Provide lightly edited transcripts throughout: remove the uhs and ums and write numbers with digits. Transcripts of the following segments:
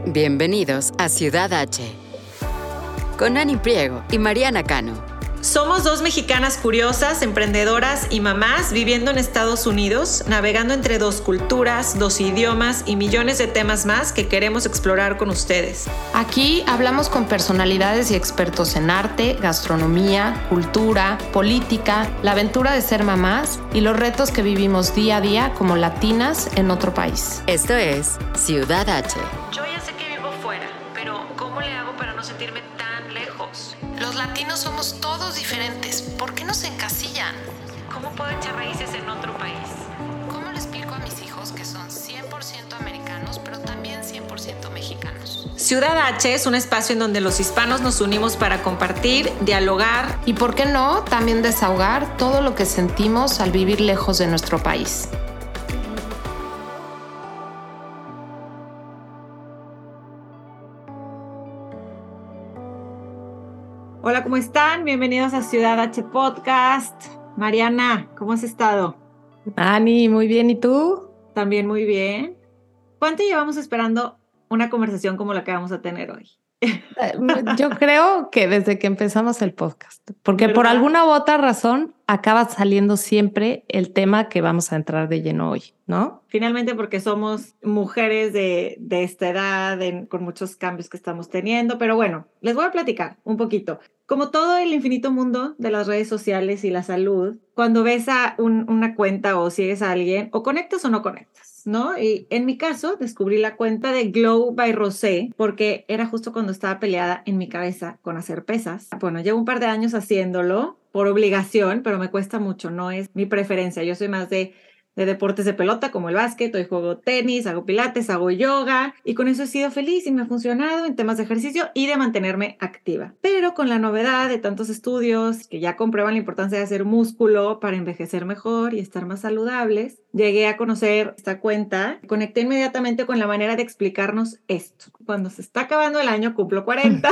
Bienvenidos a Ciudad H, con Ani Priego y Mariana Cano. Somos dos mexicanas curiosas, emprendedoras y mamás viviendo en Estados Unidos, navegando entre dos culturas, dos idiomas y millones de temas más que queremos explorar con ustedes. Aquí hablamos con personalidades y expertos en arte, gastronomía, cultura, política, la aventura de ser mamás y los retos que vivimos día a día como latinas en otro país. Esto es Ciudad H. Yo ya sé que vivo fuera, pero ¿cómo le hago para no sentirme tan lejos? Los latinos somos todos diferentes. ¿Por qué nos encasillan? ¿Cómo puedo echar raíces en otro país? ¿Cómo le explico a mis hijos que son 100% americanos, pero también 100% mexicanos? Ciudad H es un espacio en donde los hispanos nos unimos para compartir, dialogar y, ¿por qué no?, también desahogar todo lo que sentimos al vivir lejos de nuestro país. Hola, ¿cómo están? Bienvenidos a Ciudad H Podcast. Mariana, ¿cómo has estado? Ani, muy bien. ¿Y tú? También muy bien. ¿Cuánto llevamos esperando una conversación como la que vamos a tener hoy? Yo creo que desde que empezamos el podcast, porque ¿verdad? por alguna u otra razón acaba saliendo siempre el tema que vamos a entrar de lleno hoy, ¿no? Finalmente porque somos mujeres de esta edad, con muchos cambios que estamos teniendo, pero bueno, les voy a platicar un poquito. Como todo el infinito mundo de las redes sociales y la salud, cuando ves a una cuenta o sigues a alguien, o conectas o no conectas, ¿no? Y en mi caso, descubrí la cuenta de Glow by Rosé porque era justo cuando estaba peleada en mi cabeza con hacer pesas. Bueno, llevo un par de años haciéndolo por obligación, pero me cuesta mucho, no es mi preferencia. Yo soy más de deportes de pelota como el básquet, hoy juego tenis, hago pilates, hago yoga y con eso he sido feliz y me ha funcionado en temas de ejercicio y de mantenerme activa. Pero con la novedad de tantos estudios que ya comprueban la importancia de hacer músculo para envejecer mejor y estar más saludables, llegué a conocer esta cuenta, conecté inmediatamente con la manera de explicarnos esto. Cuando se está acabando el año, cumplo 40.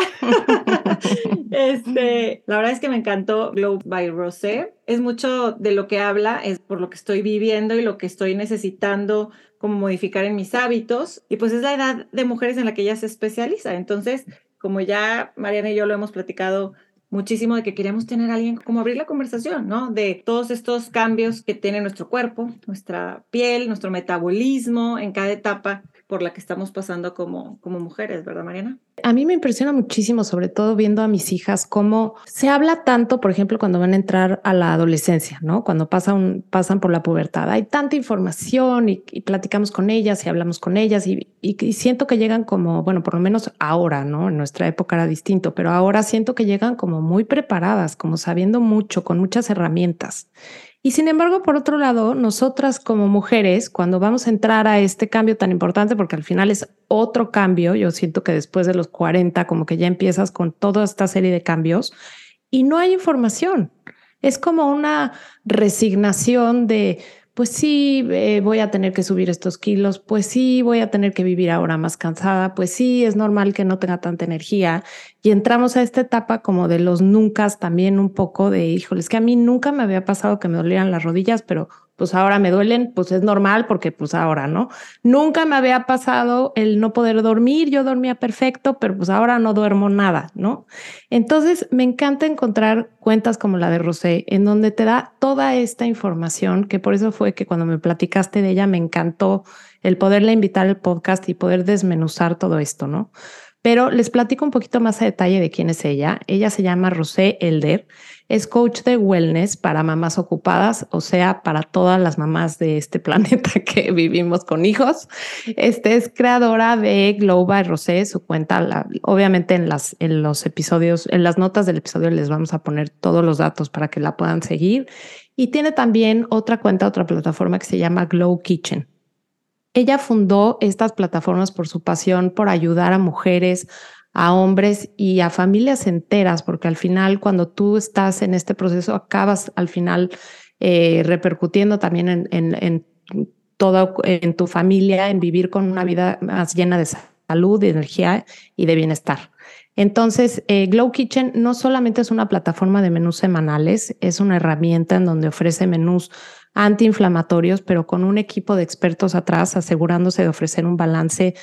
La verdad es que me encantó Glow by Rosé. Es mucho de lo que habla, es por lo que estoy viviendo y lo que estoy necesitando como modificar en mis hábitos. Y pues es la edad de mujeres en la que ella se especializa. Entonces, como ya Mariana y yo lo hemos platicado muchísimo de que queríamos tener a alguien como abrir la conversación, ¿no? De todos estos cambios que tiene nuestro cuerpo, nuestra piel, nuestro metabolismo en cada etapa por la que estamos pasando como mujeres, ¿verdad, Mariana? A mí me impresiona muchísimo, sobre todo viendo a mis hijas, cómo se habla tanto, por ejemplo, cuando van a entrar a la adolescencia, ¿no? Cuando pasan por la pubertad. Hay tanta información y platicamos con ellas y hablamos con ellas y siento que llegan como, bueno, por lo menos ahora, ¿no? En nuestra época era distinto, pero ahora siento que llegan como muy preparadas, como sabiendo mucho, con muchas herramientas. Y sin embargo, por otro lado, nosotras como mujeres, cuando vamos a entrar a este cambio tan importante, porque al final es otro cambio, yo siento que después de los 40 como que ya empiezas con toda esta serie de cambios y no hay información. Es como una resignación de, pues sí, voy a tener que subir estos kilos, pues sí, voy a tener que vivir ahora más cansada, pues sí, es normal que no tenga tanta energía. Y entramos a esta etapa como de los nunca también un poco de, híjole, es que a mí nunca me había pasado que me dolieran las rodillas, pero pues ahora me duelen, pues es normal porque pues ahora, ¿no? Nunca me había pasado el no poder dormir, yo dormía perfecto, pero pues ahora no duermo nada, ¿no? Entonces me encanta encontrar cuentas como la de Rosé, en donde te da toda esta información, que por eso fue que cuando me platicaste de ella me encantó el poderla invitar al podcast y poder desmenuzar todo esto, ¿no? Pero les platico un poquito más a detalle de quién es ella. Ella se llama Rosé Elder, es coach de wellness para mamás ocupadas, o sea, para todas las mamás de este planeta que vivimos con hijos. Es creadora de Glow by Rosé, su cuenta, obviamente en los episodios, en las notas del episodio les vamos a poner todos los datos para que la puedan seguir. Y tiene también otra cuenta, otra plataforma que se llama Glow Kitchen. Ella fundó estas plataformas por su pasión por ayudar a mujeres, a hombres y a familias enteras, porque al final cuando tú estás en este proceso acabas al final repercutiendo también en todo, en tu familia, en vivir con una vida más llena de salud, de energía y de bienestar. Entonces, Glow Kitchen no solamente es una plataforma de menús semanales, es una herramienta en donde ofrece menús antiinflamatorios, pero con un equipo de expertos atrás asegurándose de ofrecer un balance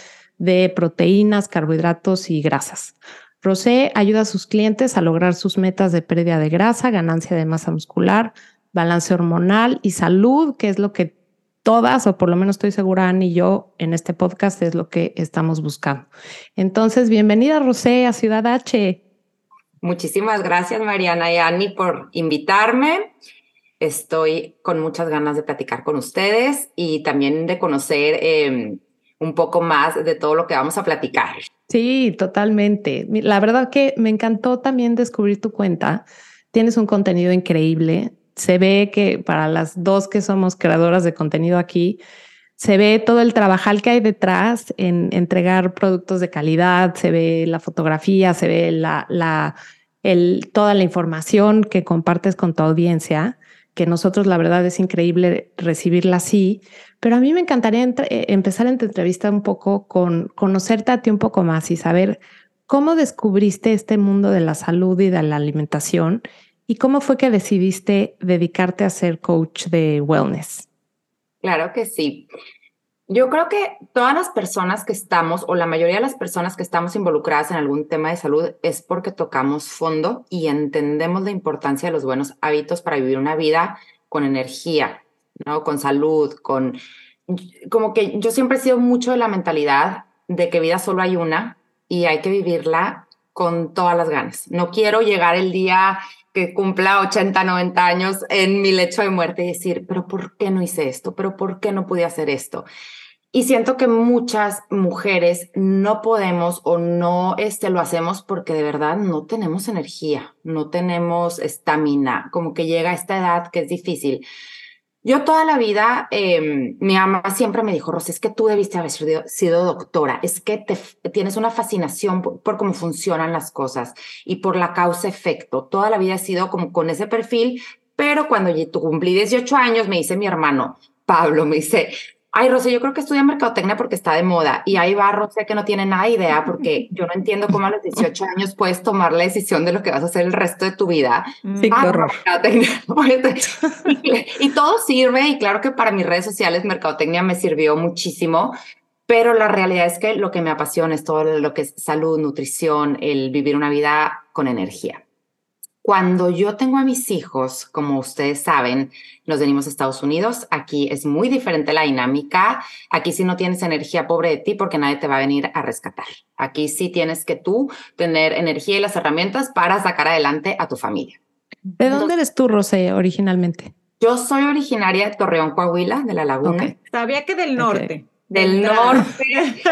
de proteínas, carbohidratos y grasas. Rosé ayuda a sus clientes a lograr sus metas de pérdida de grasa, ganancia de masa muscular, balance hormonal y salud, que es lo que todas, o por lo menos estoy segura, Annie y yo, en este podcast es lo que estamos buscando. Entonces, bienvenida, Rosé, a Ciudad H. Muchísimas gracias, Mariana y Annie, por invitarme. Estoy con muchas ganas de platicar con ustedes y también de conocer un poco más de todo lo que vamos a platicar. Sí, totalmente. La verdad que me encantó también descubrir tu cuenta. Tienes un contenido increíble. Se ve que para las dos que somos creadoras de contenido aquí, se ve todo el trabajal que hay detrás en entregar productos de calidad, se ve la fotografía, se ve toda la información que compartes con tu audiencia, que nosotros la verdad es increíble recibirla así. Pero a mí me encantaría empezar en tu entrevista un poco con conocerte a ti un poco más y saber cómo descubriste este mundo de la salud y de la alimentación y cómo fue que decidiste dedicarte a ser coach de wellness. Claro que sí. Yo creo que todas las personas que estamos, o la mayoría de las personas que estamos involucradas en algún tema de salud, es porque tocamos fondo y entendemos la importancia de los buenos hábitos para vivir una vida con energía, ¿no? Con salud, como que yo siempre he sido mucho de la mentalidad de que vida solo hay una y hay que vivirla con todas las ganas. No quiero llegar el día que cumpla 80, 90 años en mi lecho de muerte y decir, pero ¿por qué no hice esto? ¿Pero por qué no pude hacer esto? Y siento que muchas mujeres no podemos o no lo hacemos porque de verdad no tenemos energía, no tenemos estamina, como que llega a esta edad que es difícil. Yo toda la vida, mi mamá siempre me dijo, Rosy, es que tú debiste haber sido doctora, es que tienes una fascinación por cómo funcionan las cosas y por la causa-efecto. Toda la vida he sido como con ese perfil, pero cuando cumplí 18 años me dice mi hermano, Pablo, me dice, ay, Rosy, yo creo que estudia mercadotecnia porque está de moda. Y ahí va Rosy, que no tiene nada de idea, porque yo no entiendo cómo a los 18 años puedes tomar la decisión de lo que vas a hacer el resto de tu vida. Sí, qué horror. Y todo sirve, y claro que para mis redes sociales mercadotecnia me sirvió muchísimo, pero la realidad es que lo que me apasiona es todo lo que es salud, nutrición, el vivir una vida con energía. Cuando yo tengo a mis hijos, como ustedes saben, nos venimos a Estados Unidos. Aquí es muy diferente la dinámica. Aquí sí no tienes energía, pobre de ti, porque nadie te va a venir a rescatar. Aquí sí tienes que tú tener energía y las herramientas para sacar adelante a tu familia. ¿De dónde eres tú, Rosé, originalmente? Yo soy originaria de Torreón, Coahuila, de La Laguna. Okay. Sabía que del norte. Del norte.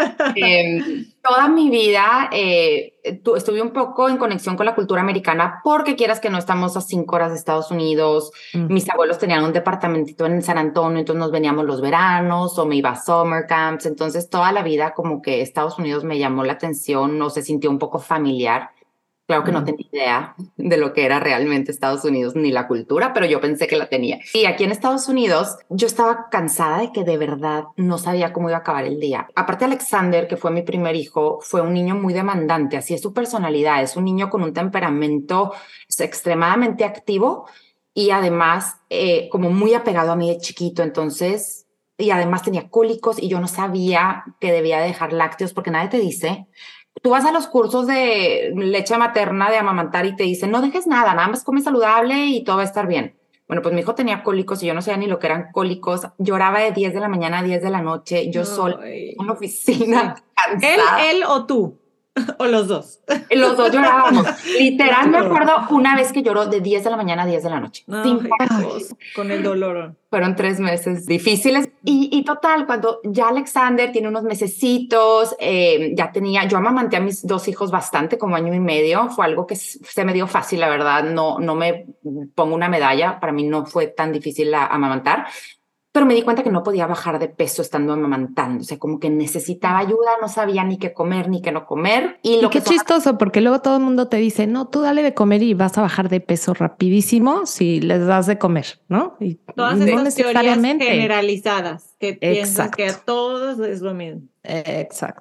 Toda mi vida estuve un poco en conexión con la cultura americana porque quieras que no, estamos a 5 horas de Estados Unidos. Mis abuelos tenían un departamentito en San Antonio, entonces nos veníamos los veranos o me iba a summer camps. Entonces toda la vida como que Estados Unidos me llamó la atención, no se sintió un poco familiar. Claro que no tenía idea de lo que era realmente Estados Unidos ni la cultura, pero yo pensé que la tenía. Y aquí en Estados Unidos yo estaba cansada de que de verdad no sabía cómo iba a acabar el día. Aparte, Alexander, que fue mi primer hijo, fue un niño muy demandante, así es su personalidad, es un niño con un temperamento extremadamente activo y además como muy apegado a mí de chiquito, entonces, y además tenía cólicos y yo no sabía que debía dejar lácteos porque nadie te dice. Tú vas a los cursos de leche materna, de amamantar, y te dicen, no dejes nada más come saludable y todo va a estar bien. Bueno, pues mi hijo tenía cólicos y yo no sabía ni lo que eran cólicos. Lloraba de 10 de la mañana a 10 de la noche, yo sola en una oficina. Cansada. ¿Él o tú? ¿O los dos? Los dos llorábamos. Literal, me acuerdo una vez que lloró de 10 de la mañana a 10 de la noche. Con el dolor. Fueron 3 meses difíciles. Y total, cuando ya Alexander tiene unos mesecitos, yo amamanté a mis 2 hijos bastante, como 1 año y medio. Fue algo que se me dio fácil, la verdad. No me pongo una medalla. Para mí no fue tan difícil amamantar. Pero me di cuenta que no podía bajar de peso estando amamantando. O sea, como que necesitaba ayuda, no sabía ni qué comer ni qué no comer. Y qué chistoso, porque luego todo el mundo te dice, no, tú dale de comer y vas a bajar de peso rapidísimo si les das de comer, ¿no? Y todas no esas necesariamente teorías generalizadas que piensan que a todos es lo mismo. Exacto.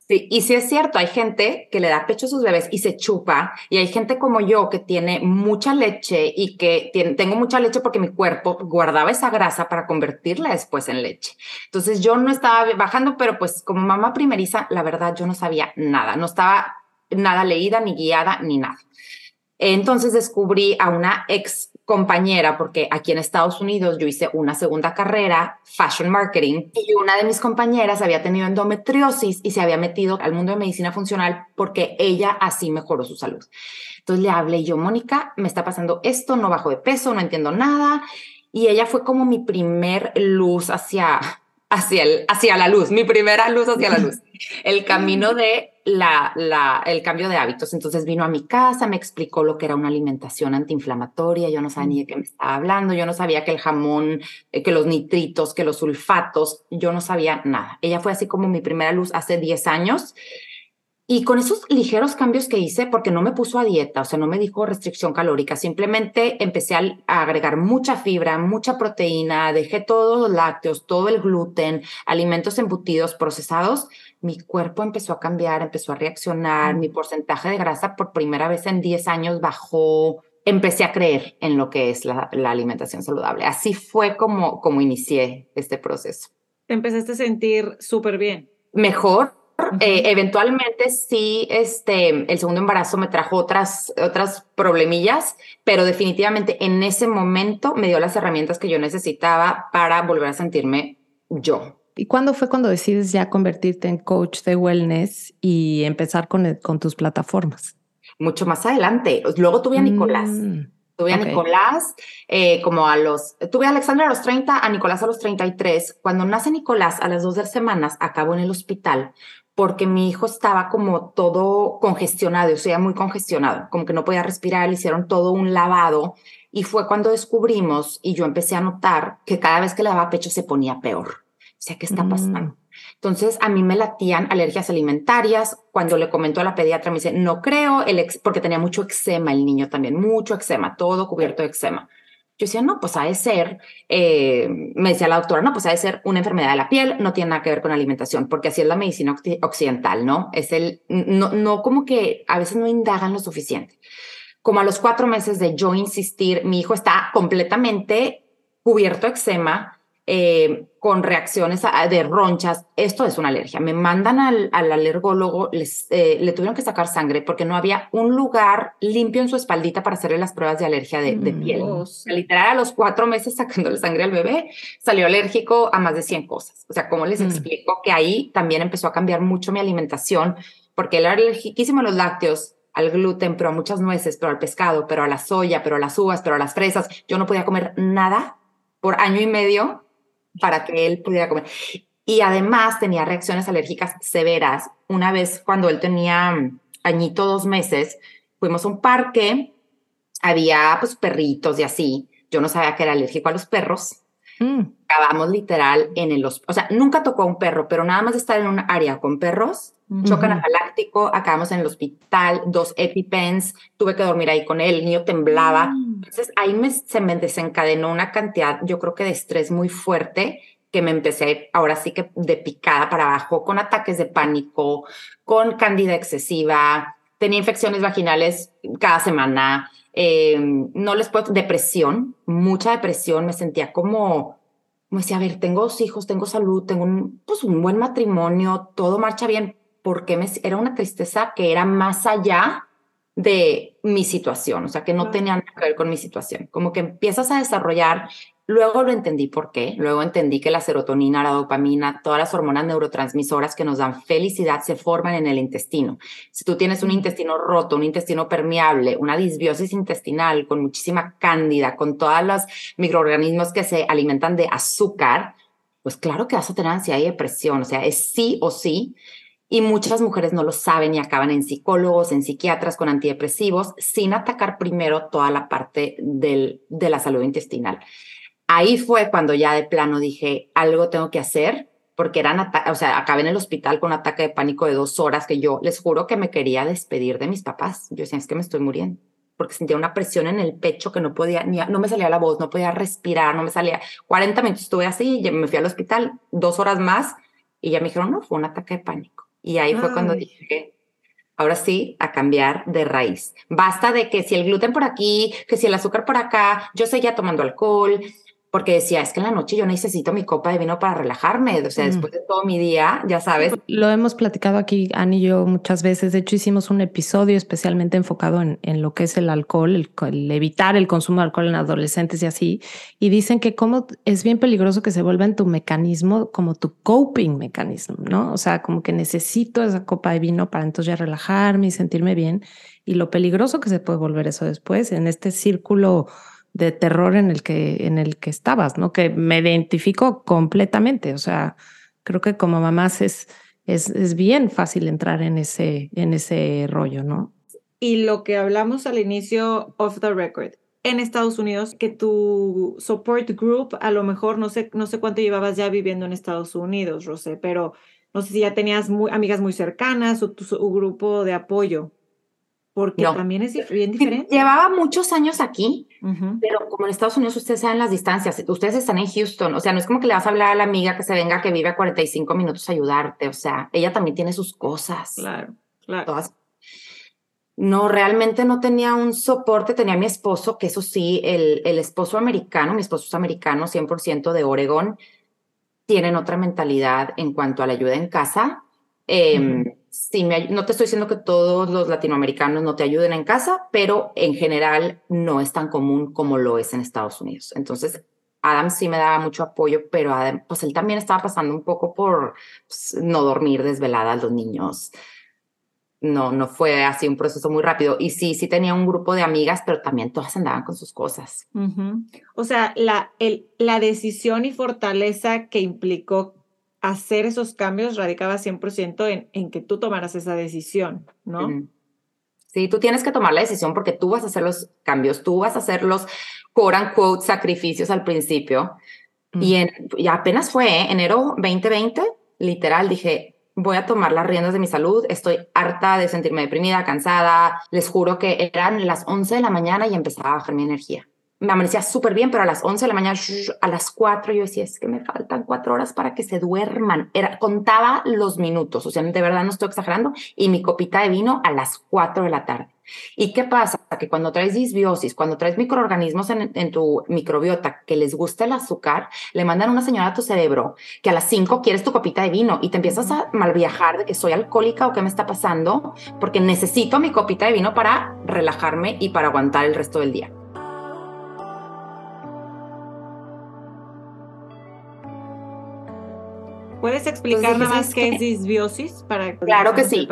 Sí, y sí es cierto, hay gente que le da pecho a sus bebés y se chupa, y hay gente como yo que tiene mucha leche y que tengo mucha leche porque mi cuerpo guardaba esa grasa para convertirla después en leche. Entonces yo no estaba bajando, pero pues como mamá primeriza, la verdad yo no sabía nada, no estaba nada leída, ni guiada, ni nada. Entonces descubrí a una ex compañera, porque aquí en Estados Unidos yo hice una segunda carrera, fashion marketing, y una de mis compañeras había tenido endometriosis y se había metido al mundo de medicina funcional porque ella así mejoró su salud. Entonces le hablé y yo, Mónica, me está pasando esto, no bajo de peso, no entiendo nada. Y ella fue como mi primer luz hacia la luz, mi primera luz hacia la luz. El camino de el cambio de hábitos. Entonces vino a mi casa, me explicó lo que era una alimentación antiinflamatoria. Yo no sabía ni de qué me estaba hablando. Yo no sabía que el jamón, que los nitritos, que los sulfatos, yo no sabía nada. Ella fue así como mi primera luz hace 10 años. Y con esos ligeros cambios que hice, porque no me puso a dieta, o sea, no me dijo restricción calórica, simplemente empecé a agregar mucha fibra, mucha proteína, dejé todos los lácteos, todo el gluten, alimentos embutidos, procesados. Mi cuerpo empezó a cambiar, empezó a reaccionar, mi porcentaje de grasa por primera vez en 10 años bajó. Empecé a creer en lo que es la alimentación saludable. Así fue como inicié este proceso. Te empezaste a sentir súper bien. Mejor. Eventualmente sí, el segundo embarazo me trajo otras problemillas, pero definitivamente en ese momento me dio las herramientas que yo necesitaba para volver a sentirme yo. ¿Y cuándo fue cuando decides ya convertirte en coach de wellness y empezar con tus plataformas? Mucho más adelante. Luego tuve a Nicolás. Tuve a Nicolás, tuve a Alexandra a los 30, a Nicolás a los 33. Cuando nace Nicolás, a las 2 semanas, acabo en el hospital porque mi hijo estaba como todo congestionado, o sea, muy congestionado, como que no podía respirar, le hicieron todo un lavado y fue cuando descubrimos y yo empecé a notar que cada vez que le daba pecho se ponía peor. O sea, ¿qué está pasando? Entonces, a mí me latían alergias alimentarias. Cuando le comentó a la pediatra, me dice, no creo, porque tenía mucho eczema el niño también, mucho eczema, todo cubierto de eczema. Yo decía, no, pues ha de ser, me decía la doctora, no, pues ha de ser una enfermedad de la piel, no tiene nada que ver con alimentación, porque así es la medicina occidental, ¿no? No como que a veces no indagan lo suficiente. Como a los 4 meses de yo insistir, mi hijo está completamente cubierto de eczema, con reacciones de ronchas. Esto es una alergia. Me mandan al alergólogo, le tuvieron que sacar sangre porque no había un lugar limpio en su espaldita para hacerle las pruebas de alergia de piel. Literal, a los 4 meses sacándole sangre al bebé, salió alérgico a más de 100 cosas. O sea, ¿cómo les explico que ahí también empezó a cambiar mucho mi alimentación? Porque él era alergiquísimo a los lácteos, al gluten, pero a muchas nueces, pero al pescado, pero a la soya, pero a las uvas, pero a las fresas. Yo no podía comer nada por año y medio para que él pudiera comer. Y además tenía reacciones alérgicas severas. Una vez cuando él tenía añito, 2 meses, fuimos a un parque, había pues perritos y así. Yo no sabía que era alérgico a los perros. Acabamos literal en el hospital. O sea, nunca tocó a un perro, pero nada más de estar en un área con perros, choque anafiláctico, acabamos en el hospital, 2 EpiPens, tuve que dormir ahí con él, el niño temblaba. Entonces ahí se me desencadenó una cantidad, yo creo que de estrés muy fuerte, que me empecé ahora sí que de picada para abajo, con ataques de pánico, con cándida excesiva, tenía infecciones vaginales cada semana, no les puedo, depresión, mucha depresión, me sentía como decía, a ver, tengo 2 hijos, tengo salud, tengo un buen matrimonio, todo marcha bien, porque era una tristeza que era más allá de mi situación, o sea, que no tenía nada que ver con mi situación, como que empiezas a desarrollar. Luego lo entendí por qué, luego entendí que la serotonina, la dopamina, todas las hormonas neurotransmisoras que nos dan felicidad se forman en el intestino. Si tú tienes un intestino roto, un intestino permeable, una disbiosis intestinal con muchísima cándida, con todos los microorganismos que se alimentan de azúcar, pues claro que vas a tener ansiedad y depresión, o sea, es sí o sí. Y muchas mujeres no lo saben y acaban en psicólogos, en psiquiatras con antidepresivos, sin atacar primero toda la parte de la salud intestinal. Ahí fue cuando ya de plano dije, algo tengo que hacer, porque acabé en el hospital con un ataque de pánico de 2 horas que yo les juro que me quería despedir de mis papás. Yo decía, es que me estoy muriendo, porque sentía una presión en el pecho que no podía, no me salía la voz, no podía respirar, no me salía. 40 minutos estuve así y me fui al hospital, 2 horas más, y ya me dijeron, no, fue un ataque de pánico. Y ahí fue cuando Ay. dije, ahora sí, a cambiar de raíz. Basta de que si el gluten por aquí, que si el azúcar por acá, yo seguía tomando alcohol, porque decía, es que en la noche yo necesito mi copa de vino para relajarme. O sea, después de todo mi día, ya sabes. Lo hemos platicado aquí, Annie y yo, muchas veces. De hecho, hicimos un episodio especialmente enfocado en lo que es el alcohol, el evitar el consumo de alcohol en adolescentes y así. Y dicen que como es bien peligroso que se vuelva en tu mecanismo, como tu coping mecanismo, ¿no? O sea, como que necesito esa copa de vino para entonces ya relajarme y sentirme bien. Y lo peligroso que se puede volver eso después en este círculo de terror en el que estabas, ¿no? Que me identifico completamente. O sea, creo que como mamás es bien fácil entrar en ese rollo, ¿no? Y lo que hablamos al inicio, off the record, en Estados Unidos, que tu support group, a lo mejor no sé cuánto llevabas ya viviendo en Estados Unidos, Rosé, pero no sé si ya tenías amigas muy cercanas o tu grupo de apoyo, porque No. también es bien diferente. Llevaba muchos años aquí, Uh-huh. pero como en Estados Unidos ustedes saben las distancias, ustedes están en Houston, o sea, no es como que le vas a hablar a la amiga que se venga, que vive a 45 minutos a ayudarte, o sea, ella también tiene sus cosas. Claro, claro. Todas. No, realmente no tenía un soporte, tenía a mi esposo, que eso sí, el esposo americano, mi esposo es americano, 100% de Oregón, tienen otra mentalidad en cuanto a la ayuda en casa. Sí, no te estoy diciendo que todos los latinoamericanos no te ayuden en casa, pero en general no es tan común como lo es en Estados Unidos. Entonces, Adam sí me daba mucho apoyo, pero Adam, pues él también estaba pasando un poco por pues, no dormir desvelada a los niños. No fue así un proceso muy rápido. Y sí tenía un grupo de amigas, pero también todas andaban con sus cosas. Uh-huh. O sea, la decisión y fortaleza que implicó hacer esos cambios radicaba 100% en que tú tomaras esa decisión, ¿no? Sí, tú tienes que tomar la decisión porque tú vas a hacer los cambios, tú vas a hacer los quote unquote sacrificios al principio. Y apenas fue enero 2020, literal, dije, voy a tomar las riendas de mi salud, estoy harta de sentirme deprimida, cansada, les juro que eran las 11 de la mañana y empezaba a bajar mi energía. Me amanecía súper bien, pero a las 11 de la mañana, a las 4, yo decía, es que me faltan 4 horas para que se duerman. Contaba los minutos, o sea, de verdad no estoy exagerando, y mi copita de vino a las 4 de la tarde. ¿Y qué pasa? Que cuando traes disbiosis, cuando traes microorganismos en tu microbiota que les gusta el azúcar, le mandan una señal a tu cerebro que a las 5 quieres tu copita de vino y te empiezas a mal viajar de que soy alcohólica o qué me está pasando, porque necesito mi copita de vino para relajarme y para aguantar el resto del día. ¿Puedes explicar nada más qué es disbiosis? Claro que sí.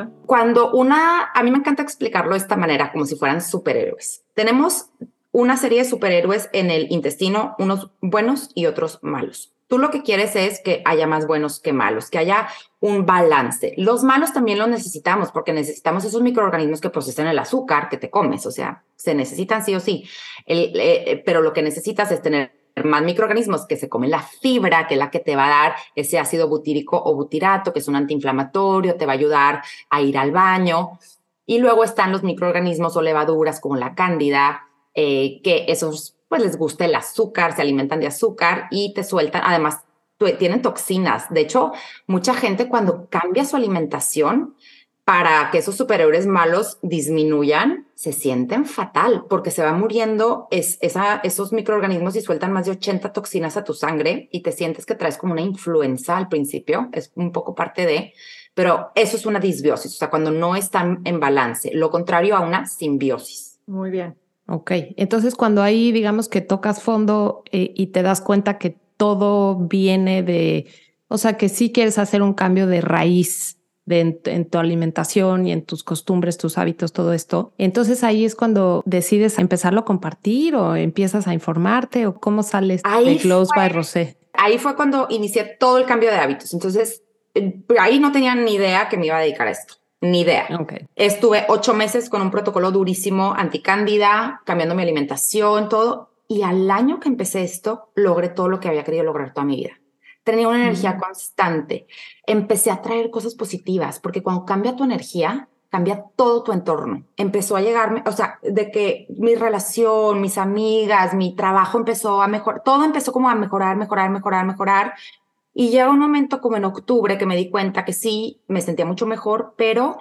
A mí me encanta explicarlo de esta manera, como si fueran superhéroes. Tenemos una serie de superhéroes en el intestino, unos buenos y otros malos. Tú lo que quieres es que haya más buenos que malos, que haya un balance. Los malos también los necesitamos porque necesitamos esos microorganismos que procesan el azúcar que te comes, o sea, se necesitan sí o sí. Pero lo que necesitas es tener más microorganismos que se comen la fibra, que es la que te va a dar ese ácido butírico o butirato, que es un antiinflamatorio, te va a ayudar a ir al baño. Y luego están los microorganismos o levaduras como la cándida, que esos pues les gusta el azúcar, se alimentan de azúcar y te sueltan, además tienen toxinas. De hecho, mucha gente cuando cambia su alimentación para que esos superhéroes malos disminuyan, se sienten fatal porque se van muriendo esos microorganismos y sueltan más de 80 toxinas a tu sangre y te sientes que traes como una influenza al principio, es un poco parte de, pero eso es una disbiosis, o sea, cuando no están en balance, lo contrario a una simbiosis. Muy bien. Ok, entonces cuando ahí digamos que tocas fondo y te das cuenta que todo viene o sea, que sí quieres hacer un cambio de raíz en tu alimentación y en tus costumbres, tus hábitos, todo esto. Entonces ahí es cuando decides empezarlo a compartir o empiezas a informarte o cómo sales de Glows by Rosé. Ahí fue cuando inicié todo el cambio de hábitos. Entonces ahí no tenía ni idea que me iba a dedicar a esto. Ni idea. Okay. Estuve 8 meses con un protocolo durísimo, anticándida, cambiando mi alimentación, todo. Y al año que empecé esto, logré todo lo que había querido lograr toda mi vida. Tenía una energía constante. Empecé a traer cosas positivas, porque cuando cambia tu energía, cambia todo tu entorno. Empezó a llegarme, o sea, de que mi relación, mis amigas, mi trabajo empezó a mejorar. Todo empezó como a mejorar. Y llega un momento como en octubre que me di cuenta que sí, me sentía mucho mejor, pero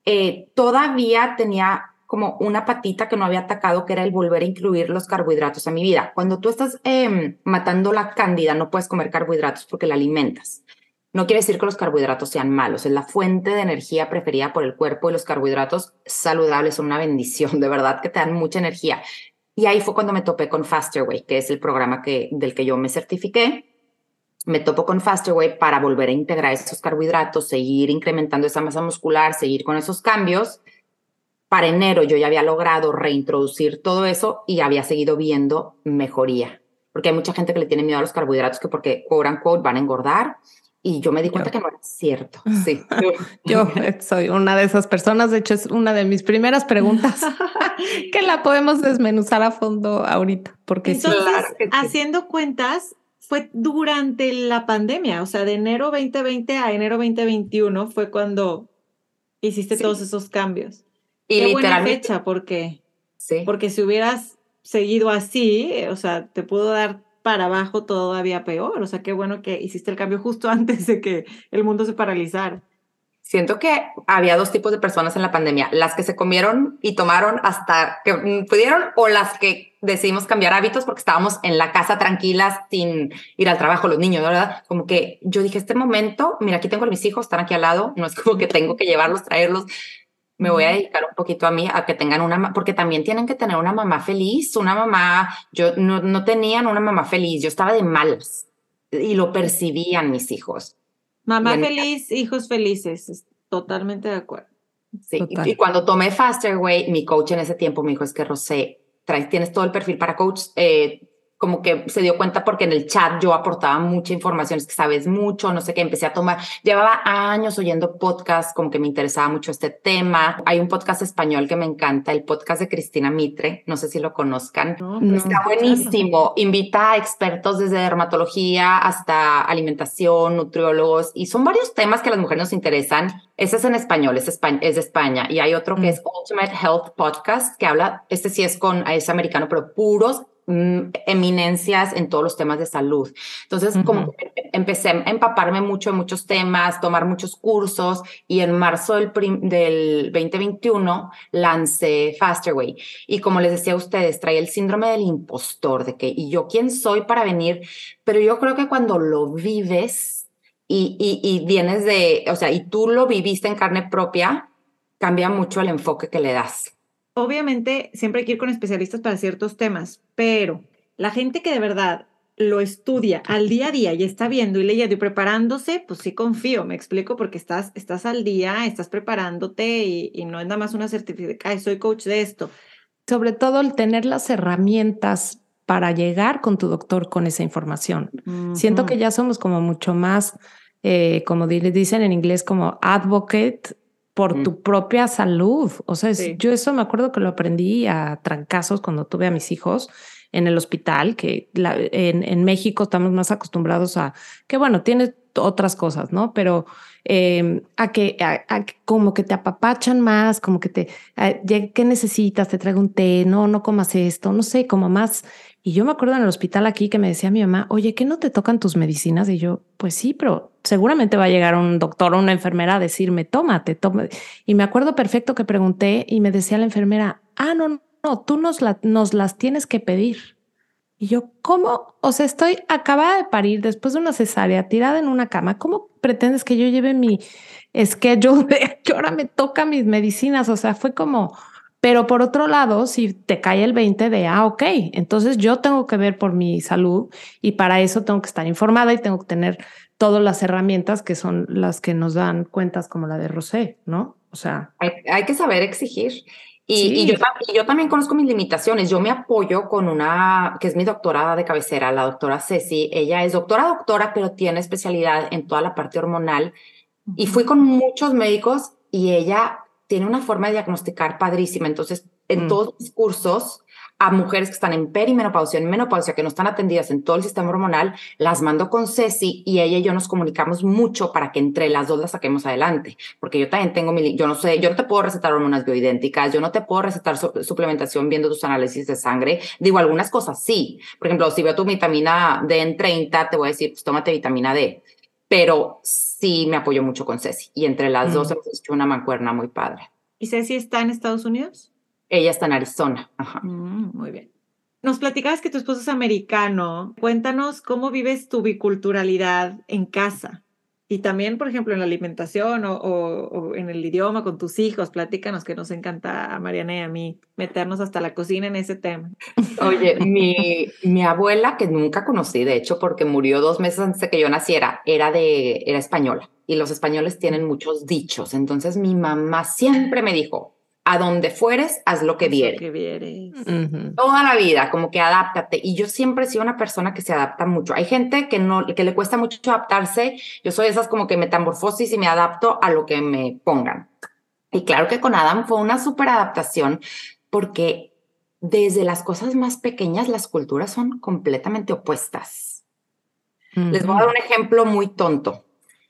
todavía tenía como una patita que no había atacado, que era el volver a incluir los carbohidratos a mi vida. Cuando tú estás matando la cándida, no puedes comer carbohidratos porque la alimentas. No quiere decir que los carbohidratos sean malos, es la fuente de energía preferida por el cuerpo y los carbohidratos saludables son una bendición, de verdad que te dan mucha energía. Y ahí fue cuando me topé con Faster Way, que es el programa del que yo me certifiqué. Me topo con Faster Way para volver a integrar esos carbohidratos, seguir incrementando esa masa muscular, seguir con esos cambios. Para enero yo ya había logrado reintroducir todo eso y había seguido viendo mejoría. Porque hay mucha gente que le tiene miedo a los carbohidratos que porque, quote unquote, van a engordar. Y yo me di cuenta que no era cierto. Sí. Yo soy una de esas personas. De hecho, es una de mis primeras preguntas que la podemos desmenuzar a fondo ahorita. Porque entonces, claro que sí. Haciendo cuentas, fue durante la pandemia, o sea, de enero 2020 a enero 2021 fue cuando hiciste todos esos cambios. Y qué buena fecha, porque si hubieras seguido así, o sea, te pudo dar para abajo todavía peor. O sea, qué bueno que hiciste el cambio justo antes de que el mundo se paralizara. Siento que había dos tipos de personas en la pandemia, las que se comieron y tomaron hasta que pudieron o las que decidimos cambiar hábitos porque estábamos en la casa tranquilas sin ir al trabajo, los niños, ¿verdad? Como que yo dije, este momento, mira, aquí tengo a mis hijos, están aquí al lado, no es como que tengo que llevarlos, traerlos, me voy a dedicar un poquito a mí, a que tengan porque también tienen que tener una mamá feliz, una mamá, yo no tenían una mamá feliz, yo estaba de malas y lo percibían mis hijos. Mamá feliz, hijos felices, totalmente de acuerdo. Sí, y cuando tomé Faster Way, mi coach en ese tiempo me dijo, es que Rosé, tienes todo el perfil para coach, como que se dio cuenta porque en el chat yo aportaba mucha información, es que sabes mucho, no sé qué, empecé a tomar, llevaba años oyendo podcasts, como que me interesaba mucho este tema. Hay un podcast español que me encanta, el podcast de Cristina Mitre, no sé si lo conozcan. No. Está buenísimo, invita a expertos desde dermatología hasta alimentación, nutriólogos, y son varios temas que a las mujeres nos interesan. Ese es en español, es de España, y hay otro que es Ultimate Health Podcast, que habla, este sí es americano, pero puros eminencias en todos los temas de salud. Entonces, como que empecé a empaparme mucho en muchos temas, tomar muchos cursos, y en marzo del 2021 lancé Faster Way. Y como les decía a ustedes, traía el síndrome del impostor, de que, ¿y yo quién soy para venir? Pero yo creo que cuando lo vives y vienes o sea, y tú lo viviste en carne propia, cambia mucho el enfoque que le das. Obviamente siempre hay que ir con especialistas para ciertos temas, pero la gente que de verdad lo estudia al día a día y está viendo y leyendo y preparándose, pues sí confío, me explico, porque estás al día, estás preparándote y no es nada más una certificación, soy coach de esto. Sobre todo el tener las herramientas para llegar con tu doctor con esa información. Siento que ya somos como mucho más, como dicen en inglés, como advocate por tu propia salud. O sea, yo eso me acuerdo que lo aprendí a trancazos cuando tuve a mis hijos en el hospital, que en México estamos más acostumbrados a que, bueno, tienes otras cosas, ¿no? Pero a que como que te apapachan más, como que ¿qué necesitas? Te traigo un té, no comas esto, no sé, como más. Y yo me acuerdo en el hospital aquí que me decía mi mamá, oye, ¿qué no te tocan tus medicinas? Y yo, pues sí, pero seguramente va a llegar un doctor o una enfermera a decirme, tómate. Y me acuerdo perfecto que pregunté y me decía la enfermera, no, tú nos las tienes que pedir. Y yo, ¿cómo? O sea, estoy acabada de parir después de una cesárea, tirada en una cama. ¿Cómo pretendes que yo lleve mi schedule de que ahora me toca mis medicinas? O sea, fue como... Pero por otro lado, si te cae el 20 de, ok, entonces yo tengo que ver por mi salud y para eso tengo que estar informada y tengo que tener todas las herramientas que son las que nos dan cuentas como la de Rosé, ¿no? O sea... Hay que saber exigir. Y yo también conozco mis limitaciones. Yo me apoyo con una, que es mi doctora de cabecera, la doctora Ceci. Ella es doctora, pero tiene especialidad en toda la parte hormonal. Y fui con muchos médicos y ella tiene una forma de diagnosticar padrísima. Entonces, en todos mis cursos, a mujeres que están en perimenopausia, en menopausia, que no están atendidas en todo el sistema hormonal, las mando con Ceci y ella y yo nos comunicamos mucho para que entre las dos las saquemos adelante. Porque yo también tengo yo no te puedo recetar hormonas bioidénticas, yo no te puedo recetar suplementación viendo tus análisis de sangre. Digo, algunas cosas sí. Por ejemplo, si veo tu vitamina D en 30, te voy a decir, pues tómate vitamina D. pero sí me apoyó mucho con Ceci. Y entre las dos hemos hecho una mancuerna muy padre. ¿Y Ceci está en Estados Unidos? Ella está en Arizona. Ajá. Muy bien. Nos platicabas que tu esposo es americano. Cuéntanos cómo vives tu biculturalidad en casa. Y también, por ejemplo, en la alimentación o en el idioma con tus hijos. Platícanos, que nos encanta a Mariana y a mí meternos hasta la cocina en ese tema. Oye, mi abuela, que nunca conocí, de hecho, porque murió 2 meses antes de que yo naciera, era española. Y los españoles tienen muchos dichos. Entonces mi mamá siempre me dijo, a donde fueres, haz lo que vieres. Toda la vida, como que adáptate. Y yo siempre he sido una persona que se adapta mucho. Hay gente que le cuesta mucho adaptarse. Yo soy de esas como que metamorfosis y me adapto a lo que me pongan. Y claro que con Adam fue una súper adaptación porque desde las cosas más pequeñas las culturas son completamente opuestas. Les voy a dar un ejemplo muy tonto.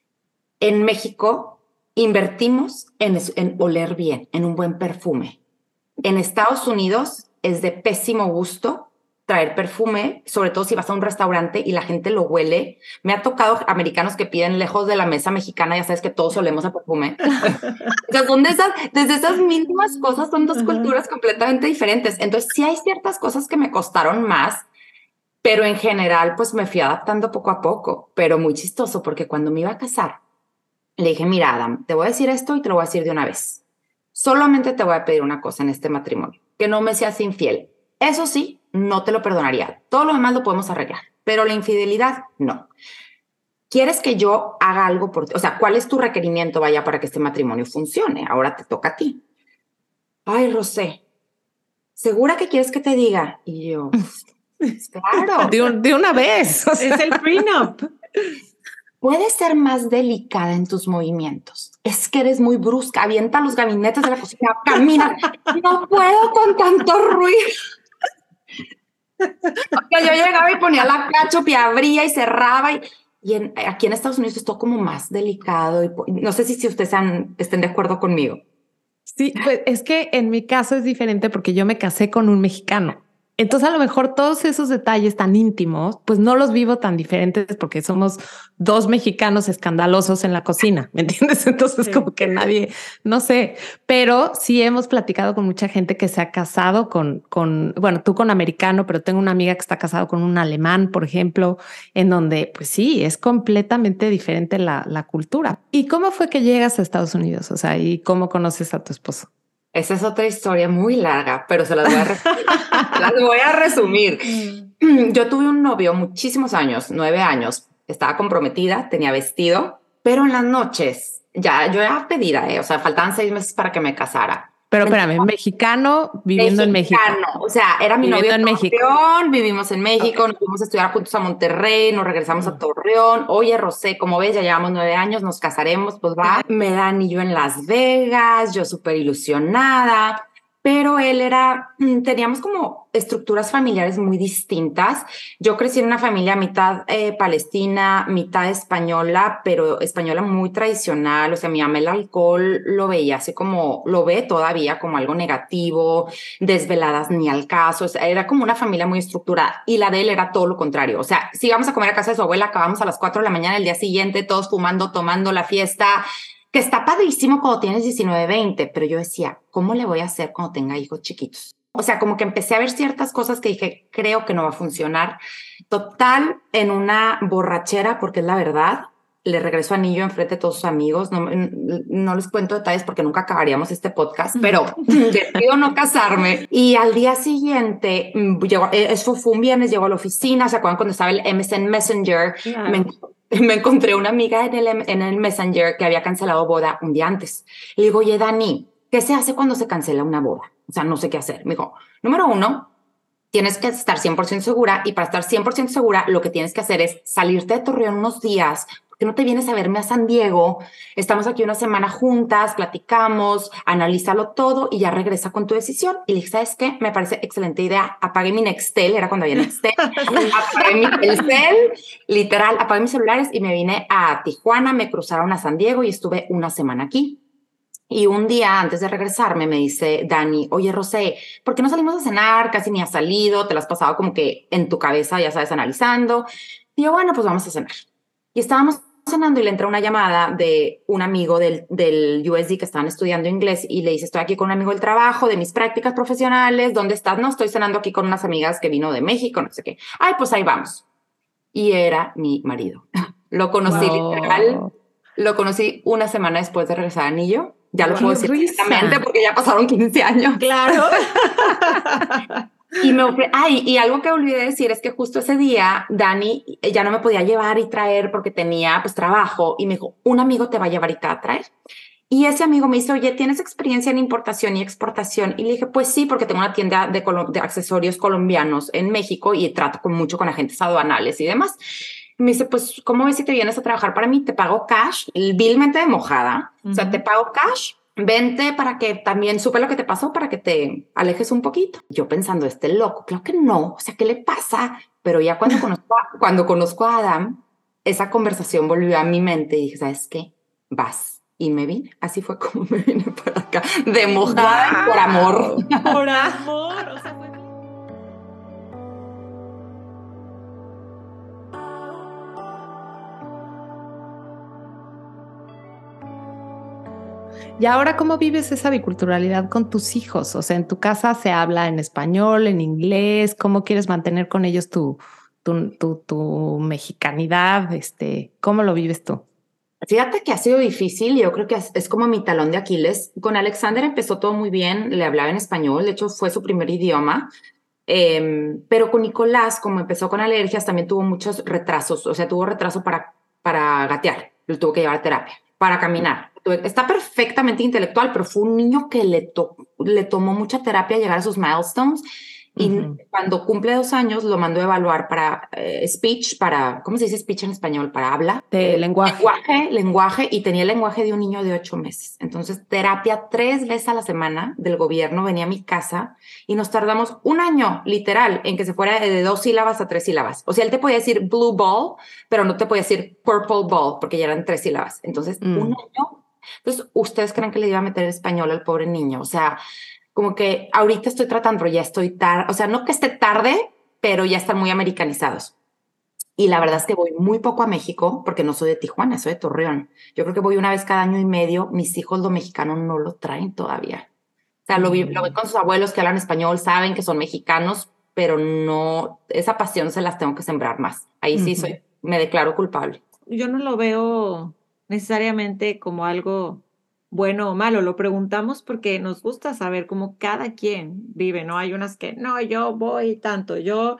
En México invertimos en oler bien, en un buen perfume. En Estados Unidos es de pésimo gusto traer perfume, sobre todo si vas a un restaurante y la gente lo huele. Me ha tocado americanos que piden lejos de la mesa mexicana, ya sabes que todos olemos a perfume. O sea, desde esas mínimas cosas son dos culturas completamente diferentes. Entonces sí hay ciertas cosas que me costaron más, pero en general pues me fui adaptando poco a poco. Pero muy chistoso porque cuando me iba a casar, le dije, mira, Adam, te voy a decir esto y te lo voy a decir de una vez. Solamente te voy a pedir una cosa en este matrimonio, que no me seas infiel. Eso sí, no te lo perdonaría. Todo lo demás lo podemos arreglar, pero la infidelidad, no. ¿Quieres que yo haga algo por ti? O sea, ¿cuál es tu requerimiento, vaya, para que este matrimonio funcione? Ahora te toca a ti. Ay, Rosé, ¿segura que quieres que te diga? Y yo, claro. De una vez. O sea. Es el prenup. Puedes ser más delicada en tus movimientos. Es que eres muy brusca. Avienta los gabinetes de la cocina. Camina. No puedo con tanto ruido. Yo llegaba y ponía la ketchup y abría y cerraba. Aquí en Estados Unidos es todo como más delicado. Y no sé si ustedes estén de acuerdo conmigo. Sí, pues es que en mi caso es diferente porque yo me casé con un mexicano. Entonces, a lo mejor todos esos detalles tan íntimos, pues no los vivo tan diferentes porque somos 2 mexicanos escandalosos en la cocina, ¿me entiendes? Entonces, sí. Como que nadie, no sé, pero sí hemos platicado con mucha gente que se ha casado bueno, tú con americano, pero tengo una amiga que está casado con un alemán, por ejemplo, en donde, pues sí, es completamente diferente la cultura. ¿Y cómo fue que llegas a Estados Unidos? O sea, ¿y cómo conoces a tu esposo? Esa es otra historia muy larga, pero se las voy a resumir. Yo tuve un novio muchísimos años, 9 años. Estaba comprometida, tenía vestido, pero en las noches, yo era pedida, o sea, faltaban 6 meses para que me casara. Pero espérame, mexicano viviendo en México. O sea, era mi novio en Torreón, vivimos en México, nos fuimos a estudiar juntos a Monterrey, nos regresamos a Torreón. Oye, Rosé, como ves, ya llevamos 9 años, nos casaremos, pues va. Me da anillo en Las Vegas, yo súper ilusionada. Pero teníamos como estructuras familiares muy distintas. Yo crecí en una familia mitad palestina, mitad española, pero española muy tradicional. O sea, mi mamá el alcohol lo veía así como, lo ve todavía como algo negativo, desveladas ni al caso. O sea, era como una familia muy estructurada y la de él era todo lo contrario. O sea, si íbamos a comer a casa de su abuela, acabamos a las 4 de la mañana el día siguiente, todos fumando, tomando la fiesta, que está padrísimo cuando tienes 19, 20, pero yo decía, ¿cómo le voy a hacer cuando tenga hijos chiquitos? O sea, como que empecé a ver ciertas cosas que dije, creo que no va a funcionar. Total, en una borrachera, porque es la verdad, le regreso anillo enfrente de todos sus amigos. No les cuento detalles porque nunca acabaríamos este podcast, pero decido no casarme. Y al día siguiente, eso fue un viernes, llegó a la oficina, ¿se acuerdan cuando estaba el MSN Messenger? Claro. Me encontré una amiga en el Messenger que había cancelado boda un día antes. Le digo, oye, Dani, ¿qué se hace cuando se cancela una boda? O sea, no sé qué hacer. Me dijo, número 1, tienes que estar 100% segura, y para estar 100% segura, lo que tienes que hacer es salirte de Torreón unos días, porque no te vienes a verme a San Diego. Estamos aquí una semana juntas, platicamos, analízalo todo y ya regresa con tu decisión. Y le dije, ¿sabes qué? Me parece excelente idea. Apagué mi Nextel, era cuando había Nextel. Apagué mi Telcel, literal, apagué mis celulares y me vine a Tijuana, me cruzaron a San Diego y estuve una semana aquí. Y un día antes de regresarme me dice Dani, oye, Rosé, ¿por qué no salimos a cenar? Casi ni has salido, te lo has pasado como que en tu cabeza, ya sabes, analizando. Y yo, bueno, pues vamos a cenar. Y estábamos cenando y le entra una llamada de un amigo del USD que estaban estudiando inglés y le dice, estoy aquí con un amigo del trabajo, de mis prácticas profesionales, ¿dónde estás? No, estoy cenando aquí con unas amigas que vino de México, no sé qué. Ay, pues ahí vamos. Y era mi marido. Lo conocí literal, lo conocí una semana después de regresar a Anillo. Ya lo puedo decir exactamente porque ya pasaron 15 años. Claro. Y algo que olvidé decir es que justo ese día Dani ya no me podía llevar y traer porque tenía pues trabajo y me dijo, un amigo te va a llevar y te va a traer. Y ese amigo me dice, oye, ¿tienes experiencia en importación y exportación? Y le dije, pues sí, porque tengo una tienda de accesorios colombianos en México y trato mucho con agentes aduanales y demás. Y me dice, pues, ¿cómo ves si te vienes a trabajar para mí? Te pago cash, vilmente de mojada. O sea, te pago cash. Vente para que también supe lo que te pasó, para que te alejes un poquito. Yo pensando, este loco, claro que no, o sea, ¿qué le pasa? Pero ya cuando conozco a Adam, esa conversación volvió a mi mente y dije, ¿sabes qué? Vas. Y me vine, así fue como me vine para acá, de mojada y por amor. Por amor, o sea, fue... Y ahora, ¿cómo vives esa biculturalidad con tus hijos? O sea, en tu casa se habla en español, en inglés. ¿Cómo quieres mantener con ellos tu mexicanidad? ¿Cómo lo vives tú? Fíjate que ha sido difícil, yo creo que es como mi talón de Aquiles. Con Alexander empezó todo muy bien, le hablaba en español, de hecho fue su primer idioma, pero con Nicolás, como empezó con alergias, también tuvo muchos retrasos, o sea, tuvo retraso para gatear, lo tuvo que llevar a terapia, para caminar. Está perfectamente intelectual, pero fue un niño que le tomó mucha terapia llegar a sus milestones. Y cuando cumple 2 años, lo mandó a evaluar para speech, ¿cómo se dice speech en español? Para habla. Lenguaje, y tenía el lenguaje de un niño de 8 meses. Entonces, terapia 3 veces a la semana del gobierno, venía a mi casa y nos tardamos 1 año, literal, en que se fuera de 2 sílabas a 3 sílabas. O sea, él te podía decir blue ball, pero no te podía decir purple ball, porque ya eran 3 sílabas. Entonces, 1 año. Entonces, ¿ustedes creen que le iba a meter español al pobre niño? O sea, como que ahorita estoy tratando, pero ya estoy tarde, o sea, no que esté tarde, pero ya están muy americanizados. Y la verdad es que voy muy poco a México porque no soy de Tijuana, soy de Torreón. Yo creo que voy una vez cada año y medio. Mis hijos lo mexicano no lo traen todavía. O sea, lo vi con sus abuelos que hablan español, saben que son mexicanos, pero no, esa pasión se las tengo que sembrar más. Ahí sí me declaro culpable. Yo no lo veo necesariamente como algo bueno o malo, lo preguntamos porque nos gusta saber cómo cada quien vive, ¿no? Hay unas que, no, yo voy tanto,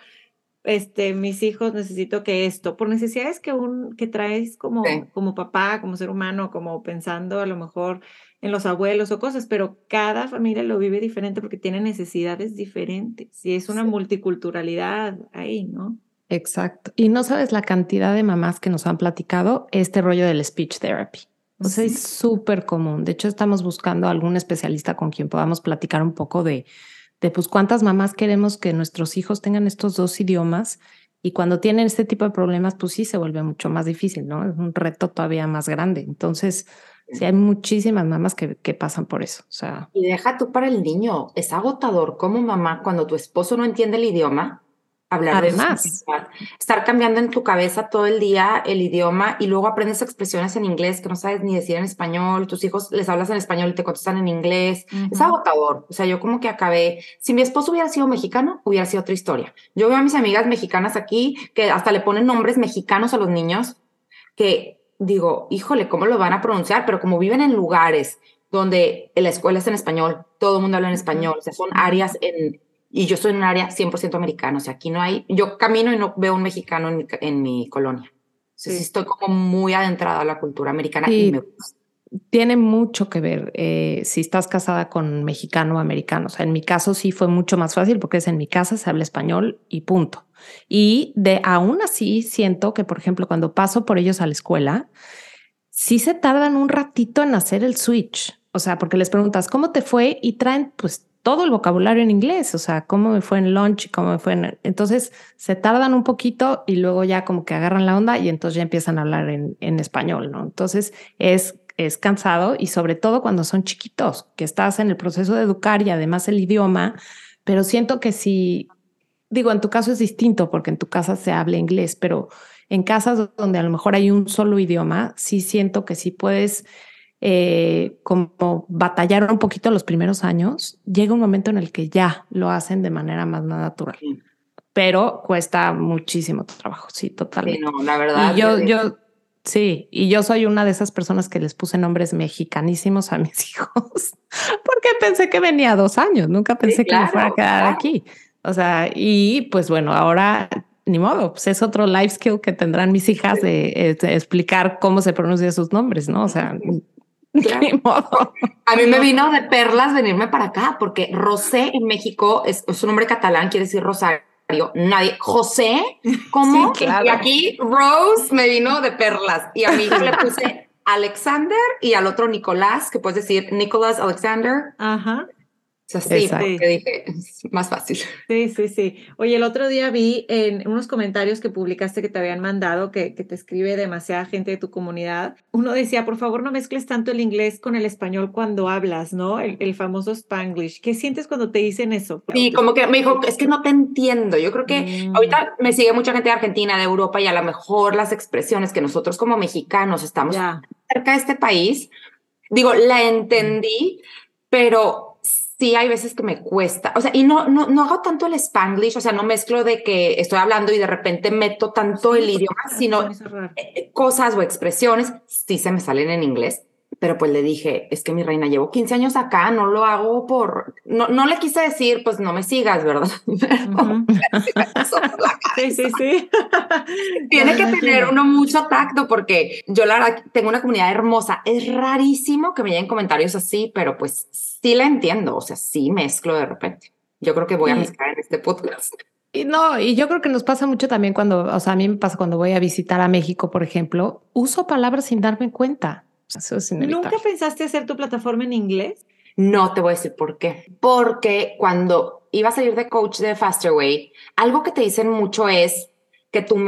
mis hijos necesito que esto, por necesidades que traes como papá, como ser humano, como pensando a lo mejor en los abuelos o cosas, pero cada familia lo vive diferente porque tiene necesidades diferentes y es una multiculturalidad ahí, ¿no? Exacto. Y no sabes la cantidad de mamás que nos han platicado este rollo del speech therapy. O sea, es súper común. De hecho, estamos buscando algún especialista con quien podamos platicar un poco de pues cuántas mamás queremos que nuestros hijos tengan estos 2 idiomas y cuando tienen este tipo de problemas, pues sí se vuelve mucho más difícil, ¿no? Es un reto todavía más grande. Entonces, sí hay muchísimas mamás que pasan por eso. O sea, y deja tú para el niño, es agotador como mamá cuando tu esposo no entiende el idioma. Hablar además, estar cambiando en tu cabeza todo el día el idioma y luego aprendes expresiones en inglés que no sabes ni decir en español, tus hijos les hablas en español y te contestan en inglés, es agotador. O sea, yo como que acabé, si mi esposo hubiera sido mexicano, hubiera sido otra historia. Yo veo a mis amigas mexicanas aquí que hasta le ponen nombres mexicanos a los niños que digo, híjole, ¿cómo lo van a pronunciar? Pero como viven en lugares donde la escuela es en español, todo el mundo habla en español, o sea, son áreas y yo estoy en un área 100% americana, o sea, aquí no hay, yo camino y no veo un mexicano en mi colonia. O sea, sí estoy como muy adentrada a la cultura americana y me gusta. Tiene mucho que ver si estás casada con mexicano o americano. O sea, en mi caso sí fue mucho más fácil porque en mi casa se habla español y punto. Y aún así siento que, por ejemplo, cuando paso por ellos a la escuela, sí se tardan un ratito en hacer el switch. O sea, porque les preguntas, ¿cómo te fue? Y traen pues todo el vocabulario en inglés, o sea, cómo me fue en lunch, cómo me fue en... Entonces se tardan un poquito y luego ya como que agarran la onda y entonces ya empiezan a hablar en español, ¿no? Entonces es cansado y sobre todo cuando son chiquitos, que estás en el proceso de educar y además el idioma, pero siento que sí, digo, en tu caso es distinto porque en tu casa se habla inglés, pero en casas donde a lo mejor hay un solo idioma, sí siento que sí puedes como batallar un poquito los primeros años. Llega un momento en el que ya lo hacen de manera más natural, pero cuesta muchísimo trabajo, sí, totalmente. Sí, no, la verdad. Sí, y yo soy una de esas personas que les puse nombres mexicanísimos a mis hijos porque pensé que venía 2 años, nunca pensé que me fuera a quedar aquí. O sea, y pues bueno, ahora ni modo, pues es otro life skill que tendrán mis hijas de explicar cómo se pronuncian sus nombres, ¿no? O sea, ni modo. A mí me vino de perlas venirme para acá porque Rosé en México es un nombre catalán, quiere decir Rosario. Nadie, José, ¿cómo? Sí, claro. Y aquí Rose me vino de perlas y a mi hijo le puse Alexander y al otro Nicolás, que puedes decir Nicholas Alexander. Ajá. O sea, sí, porque dije, es más fácil. Sí. Oye, el otro día vi en unos comentarios que publicaste que te habían mandado, que te escribe demasiada gente de tu comunidad. Uno decía, por favor, no mezcles tanto el inglés con el español cuando hablas, ¿no? El famoso Spanglish. ¿Qué sientes cuando te dicen eso? Sí, como que me dijo, es que no te entiendo. Yo creo que ahorita me sigue mucha gente de Argentina, de Europa, y a lo mejor las expresiones que nosotros como mexicanos estamos cerca de este país, digo, la entendí, pero sí hay veces que me cuesta. O sea, y no hago tanto el Spanglish, o sea, no mezclo de que estoy hablando y de repente meto tanto el idioma, sino cosas o expresiones, sí se me salen en inglés. Pero pues le dije, es que mi reina, llevo 15 años acá, no lo hago no le quise decir, pues no me sigas, ¿verdad? Sí. Tiene que tener uno mucho tacto porque yo la verdad tengo una comunidad hermosa. Es rarísimo que me lleguen comentarios así, pero pues sí la entiendo, o sea, sí mezclo de repente. Yo creo que voy a mezclar en este podcast. Y yo creo que nos pasa mucho también cuando, o sea, a mí me pasa cuando voy a visitar a México, por ejemplo, uso palabras sin darme cuenta. Eso es inevitable. ¿Nunca pensaste hacer tu plataforma en inglés? No te voy a decir por qué. Porque cuando iba a salir de coach de Faster Way, algo que te dicen mucho es que tu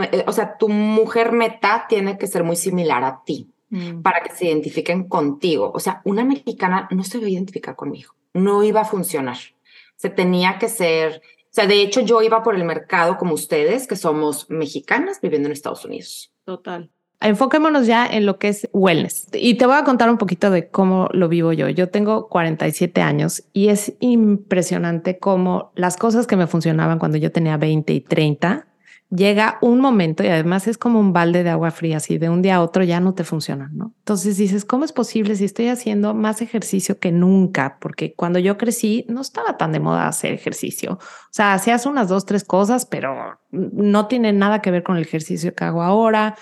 mujer meta tiene que ser muy similar a ti para que se identifiquen contigo. O sea, una mexicana no se iba a identificar conmigo. No iba a funcionar. Se tenía que ser... O sea, de hecho, yo iba por el mercado como ustedes, que somos mexicanas viviendo en Estados Unidos. Total. Enfoquémonos ya en lo que es wellness. Y te voy a contar un poquito de cómo lo vivo yo. Yo tengo 47 años y es impresionante cómo las cosas que me funcionaban cuando yo tenía 20 y 30, llega un momento y además es como un balde de agua fría, así de un día a otro ya no te funcionan, ¿no? Entonces dices, ¿cómo es posible si estoy haciendo más ejercicio que nunca? Porque cuando yo crecí no estaba tan de moda hacer ejercicio. O sea, hacías unas 2, 3 cosas, pero no tiene nada que ver con el ejercicio que hago ahora.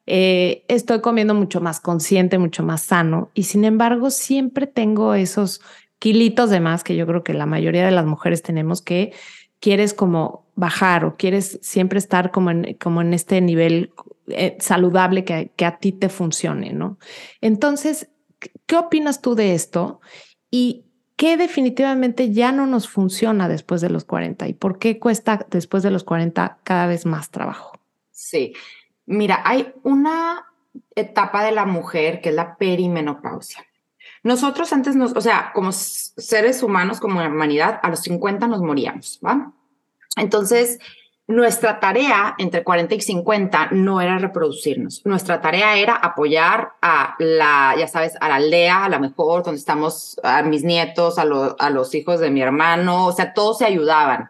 Estoy comiendo mucho más consciente, mucho más sano y sin embargo siempre tengo esos kilitos de más que yo creo que la mayoría de las mujeres tenemos, que quieres como bajar o quieres siempre estar como en este nivel saludable que a ti te funcione, ¿no? Entonces, ¿qué opinas tú de esto? ¿Y qué definitivamente ya no nos funciona después de los 40? ¿Y por qué cuesta después de los 40 cada vez más trabajo? Sí. Mira, hay una etapa de la mujer que es la perimenopausia. Nosotros antes o sea, como seres humanos, como humanidad, a los 50 nos moríamos, ¿va? Entonces, nuestra tarea entre 40 y 50 no era reproducirnos. Nuestra tarea era apoyar a ya sabes, a la aldea, a la mejor, donde estamos, a mis nietos, a los hijos de mi hermano, o sea, todos se ayudaban.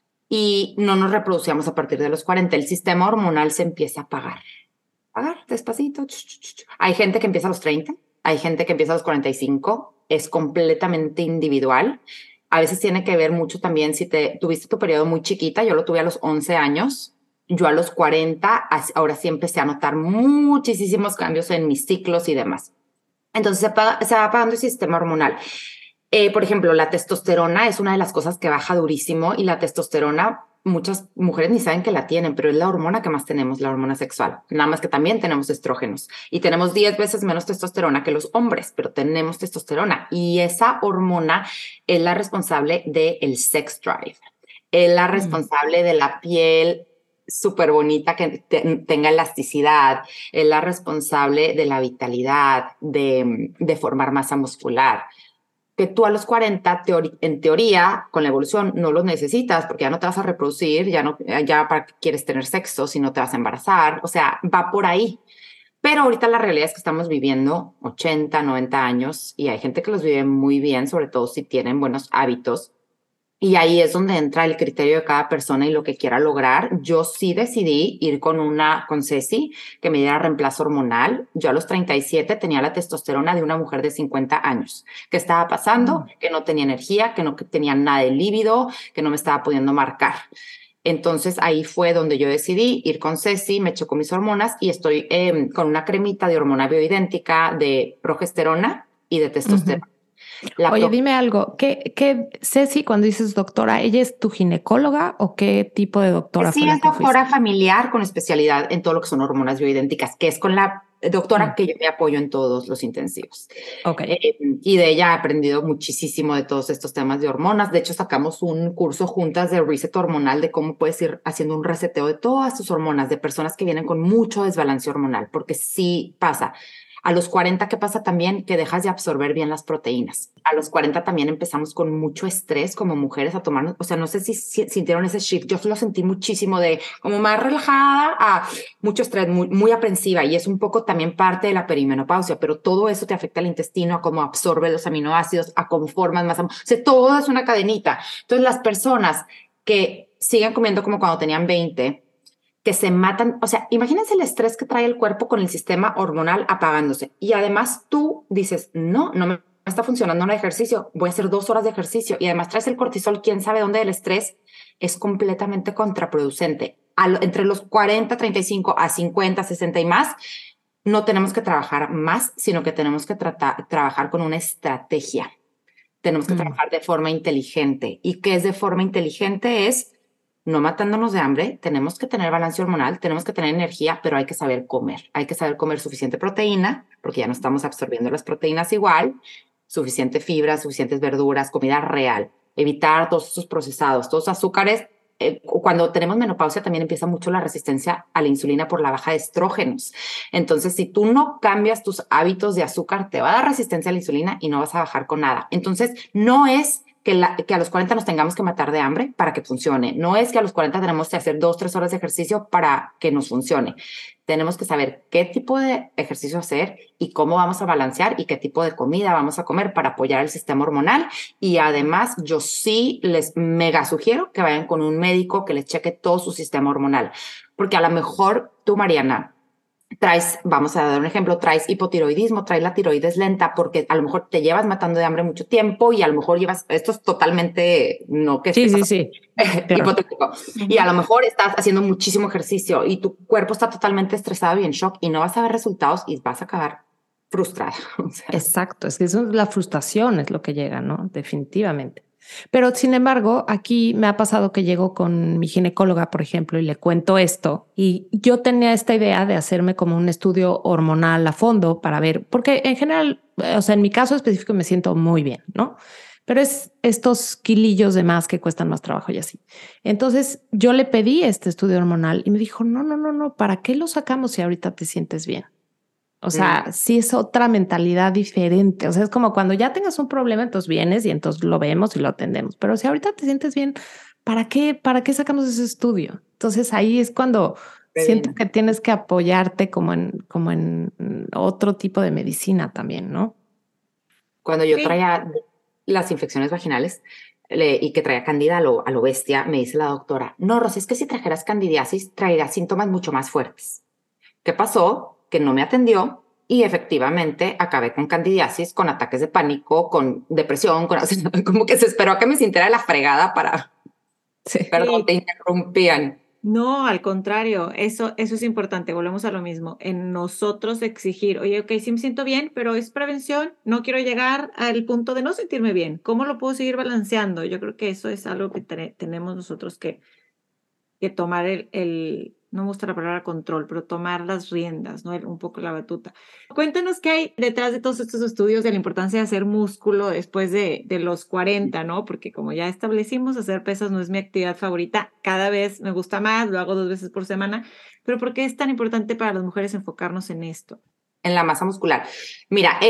Y no nos reproducíamos a partir de los 40. El sistema hormonal se empieza a apagar despacito. Hay gente que empieza a los 30, hay gente que empieza a los 45, es completamente individual. A veces tiene que ver mucho también si tuviste tu periodo muy chiquita. Yo lo tuve a los 11 años, yo a los 40, ahora sí empecé a notar muchísimos cambios en mis ciclos y demás. Entonces se va apagando el sistema hormonal. Por ejemplo, la testosterona es una de las cosas que baja durísimo y la testosterona, muchas mujeres ni saben que la tienen, pero es la hormona que más tenemos, la hormona sexual. Nada más que también tenemos estrógenos y tenemos 10 veces menos testosterona que los hombres, pero tenemos testosterona y esa hormona es la responsable del sex drive, es la responsable de la piel súper bonita, que tenga elasticidad, es la responsable de la vitalidad, de formar masa muscular. que tú a los 40, en teoría, con la evolución, no los necesitas porque ya no te vas a reproducir, ya para qué quieres tener sexo si no te vas a embarazar, o sea, va por ahí. Pero ahorita la realidad es que estamos viviendo 80, 90 años y hay gente que los vive muy bien, sobre todo si tienen buenos hábitos. Y ahí es donde entra el criterio de cada persona y lo que quiera lograr. Yo sí decidí ir con Ceci, que me diera reemplazo hormonal. Yo a los 37 tenía la testosterona de una mujer de 50 años. ¿Qué estaba pasando? Que no tenía energía, que no tenía nada de líbido, que no me estaba pudiendo marcar. Entonces ahí fue donde yo decidí ir con Ceci, me checó mis hormonas y estoy con una cremita de hormona bioidéntica de progesterona y de testosterona. Oye, dime algo, ¿qué Ceci, cuando dices doctora, ella es tu ginecóloga o qué tipo de doctora Sí, fue la es que doctora fuiste? familiar con especialidad en todo lo que son hormonas bioidénticas, que es con la doctora que yo me apoyo en todos los intensivos. Ok. Y de ella he aprendido muchísimo de todos estos temas de hormonas. De hecho, sacamos un curso juntas de reset hormonal, de cómo puedes ir haciendo un reseteo de todas tus hormonas, de personas que vienen con mucho desbalance hormonal, porque sí pasa. A los 40, ¿qué pasa también? Que dejas de absorber bien las proteínas. A los 40 también empezamos con mucho estrés como mujeres a tomarnos, o sea, no sé si sintieron ese shift. Yo lo sentí muchísimo de como más relajada a mucho estrés, muy aprensiva, y es un poco también parte de la perimenopausia, pero todo eso te afecta al intestino, a cómo absorbe los aminoácidos, a cómo formas más, o sea, todo es una cadenita. Entonces, las personas que siguen comiendo como cuando tenían 20, que se matan, o sea, imagínense el estrés que trae el cuerpo con el sistema hormonal apagándose. Y además tú dices, no me está funcionando el ejercicio, voy a hacer 2 horas de ejercicio. Y además traes el cortisol, quién sabe dónde, el estrés es completamente contraproducente. Entre los 40, 35 a 50, 60 y más, no tenemos que trabajar más, sino que tenemos que trabajar con una estrategia. Tenemos que trabajar de forma inteligente. ¿Y qué es de forma inteligente? Es no matándonos de hambre, tenemos que tener balance hormonal, tenemos que tener energía, pero hay que saber comer. Hay que saber comer suficiente proteína, porque ya no estamos absorbiendo las proteínas igual, suficiente fibra, suficientes verduras, comida real, evitar todos esos procesados, todos los azúcares. Cuando tenemos menopausia también empieza mucho la resistencia a la insulina por la baja de estrógenos. Entonces, si tú no cambias tus hábitos de azúcar, te va a dar resistencia a la insulina y no vas a bajar con nada. Entonces, no es que a los 40 nos tengamos que matar de hambre para que funcione. No es que a los 40 tenemos que hacer 2, 3 horas de ejercicio para que nos funcione. Tenemos que saber qué tipo de ejercicio hacer y cómo vamos a balancear y qué tipo de comida vamos a comer para apoyar el sistema hormonal. Y además, yo sí les mega sugiero que vayan con un médico que les cheque todo su sistema hormonal. Porque a lo mejor tú, Mariana, traes, vamos a dar un ejemplo, traes hipotiroidismo, traes la tiroides lenta porque a lo mejor te llevas matando de hambre mucho tiempo y a lo mejor llevas, esto es totalmente, no que esté Sí, claro. hipotético, y a lo mejor estás haciendo muchísimo ejercicio y tu cuerpo está totalmente estresado y en shock y no vas a ver resultados y vas a acabar frustrada. O sea. Exacto, es que eso es la frustración, es lo que llega, ¿no? Definitivamente. Pero sin embargo, aquí me ha pasado que llego con mi ginecóloga, por ejemplo, y le cuento esto. Y yo tenía esta idea de hacerme como un estudio hormonal a fondo para ver, porque en general, o sea, en mi caso específico me siento muy bien, ¿no? Pero es estos kilillos de más que cuestan más trabajo y así. Entonces yo le pedí este estudio hormonal y me dijo, no, ¿para qué lo sacamos si ahorita te sientes bien? O sea, sí es otra mentalidad diferente. O sea, es como cuando ya tengas un problema, entonces vienes y entonces lo vemos y lo atendemos. Pero si ahorita te sientes bien, ¿para qué sacamos ese estudio? Entonces ahí es cuando siento que tienes que apoyarte como en otro tipo de medicina también, ¿no? Cuando yo traía las infecciones vaginales y que traía candida a lo bestia, me dice la doctora, no, Rosy, es que si trajeras candidiasis, traerías síntomas mucho más fuertes. ¿Qué pasó? Que no me atendió y efectivamente acabé con candidiasis, con ataques de pánico, con depresión, como que se esperó a que me sintiera la fregada para... Sí. Perdón, te interrumpían. No, al contrario, eso es importante, volvemos a lo mismo, en nosotros exigir, oye, ok, sí me siento bien, pero es prevención, no quiero llegar al punto de no sentirme bien, ¿cómo lo puedo seguir balanceando? Yo creo que eso es algo que tenemos nosotros que tomar no me gusta la palabra control, pero tomar las riendas, ¿no? Un poco la batuta. Cuéntanos qué hay detrás de todos estos estudios de la importancia de hacer músculo después de los 40, ¿no? Porque como ya establecimos, hacer pesas no es mi actividad favorita, cada vez me gusta más, lo hago 2 veces por semana, pero ¿por qué es tan importante para las mujeres enfocarnos en esto? en la masa muscular. Mira,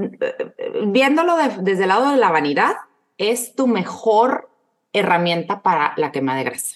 viéndolo desde el lado de la vanidad, es tu mejor herramienta para la quema de grasa.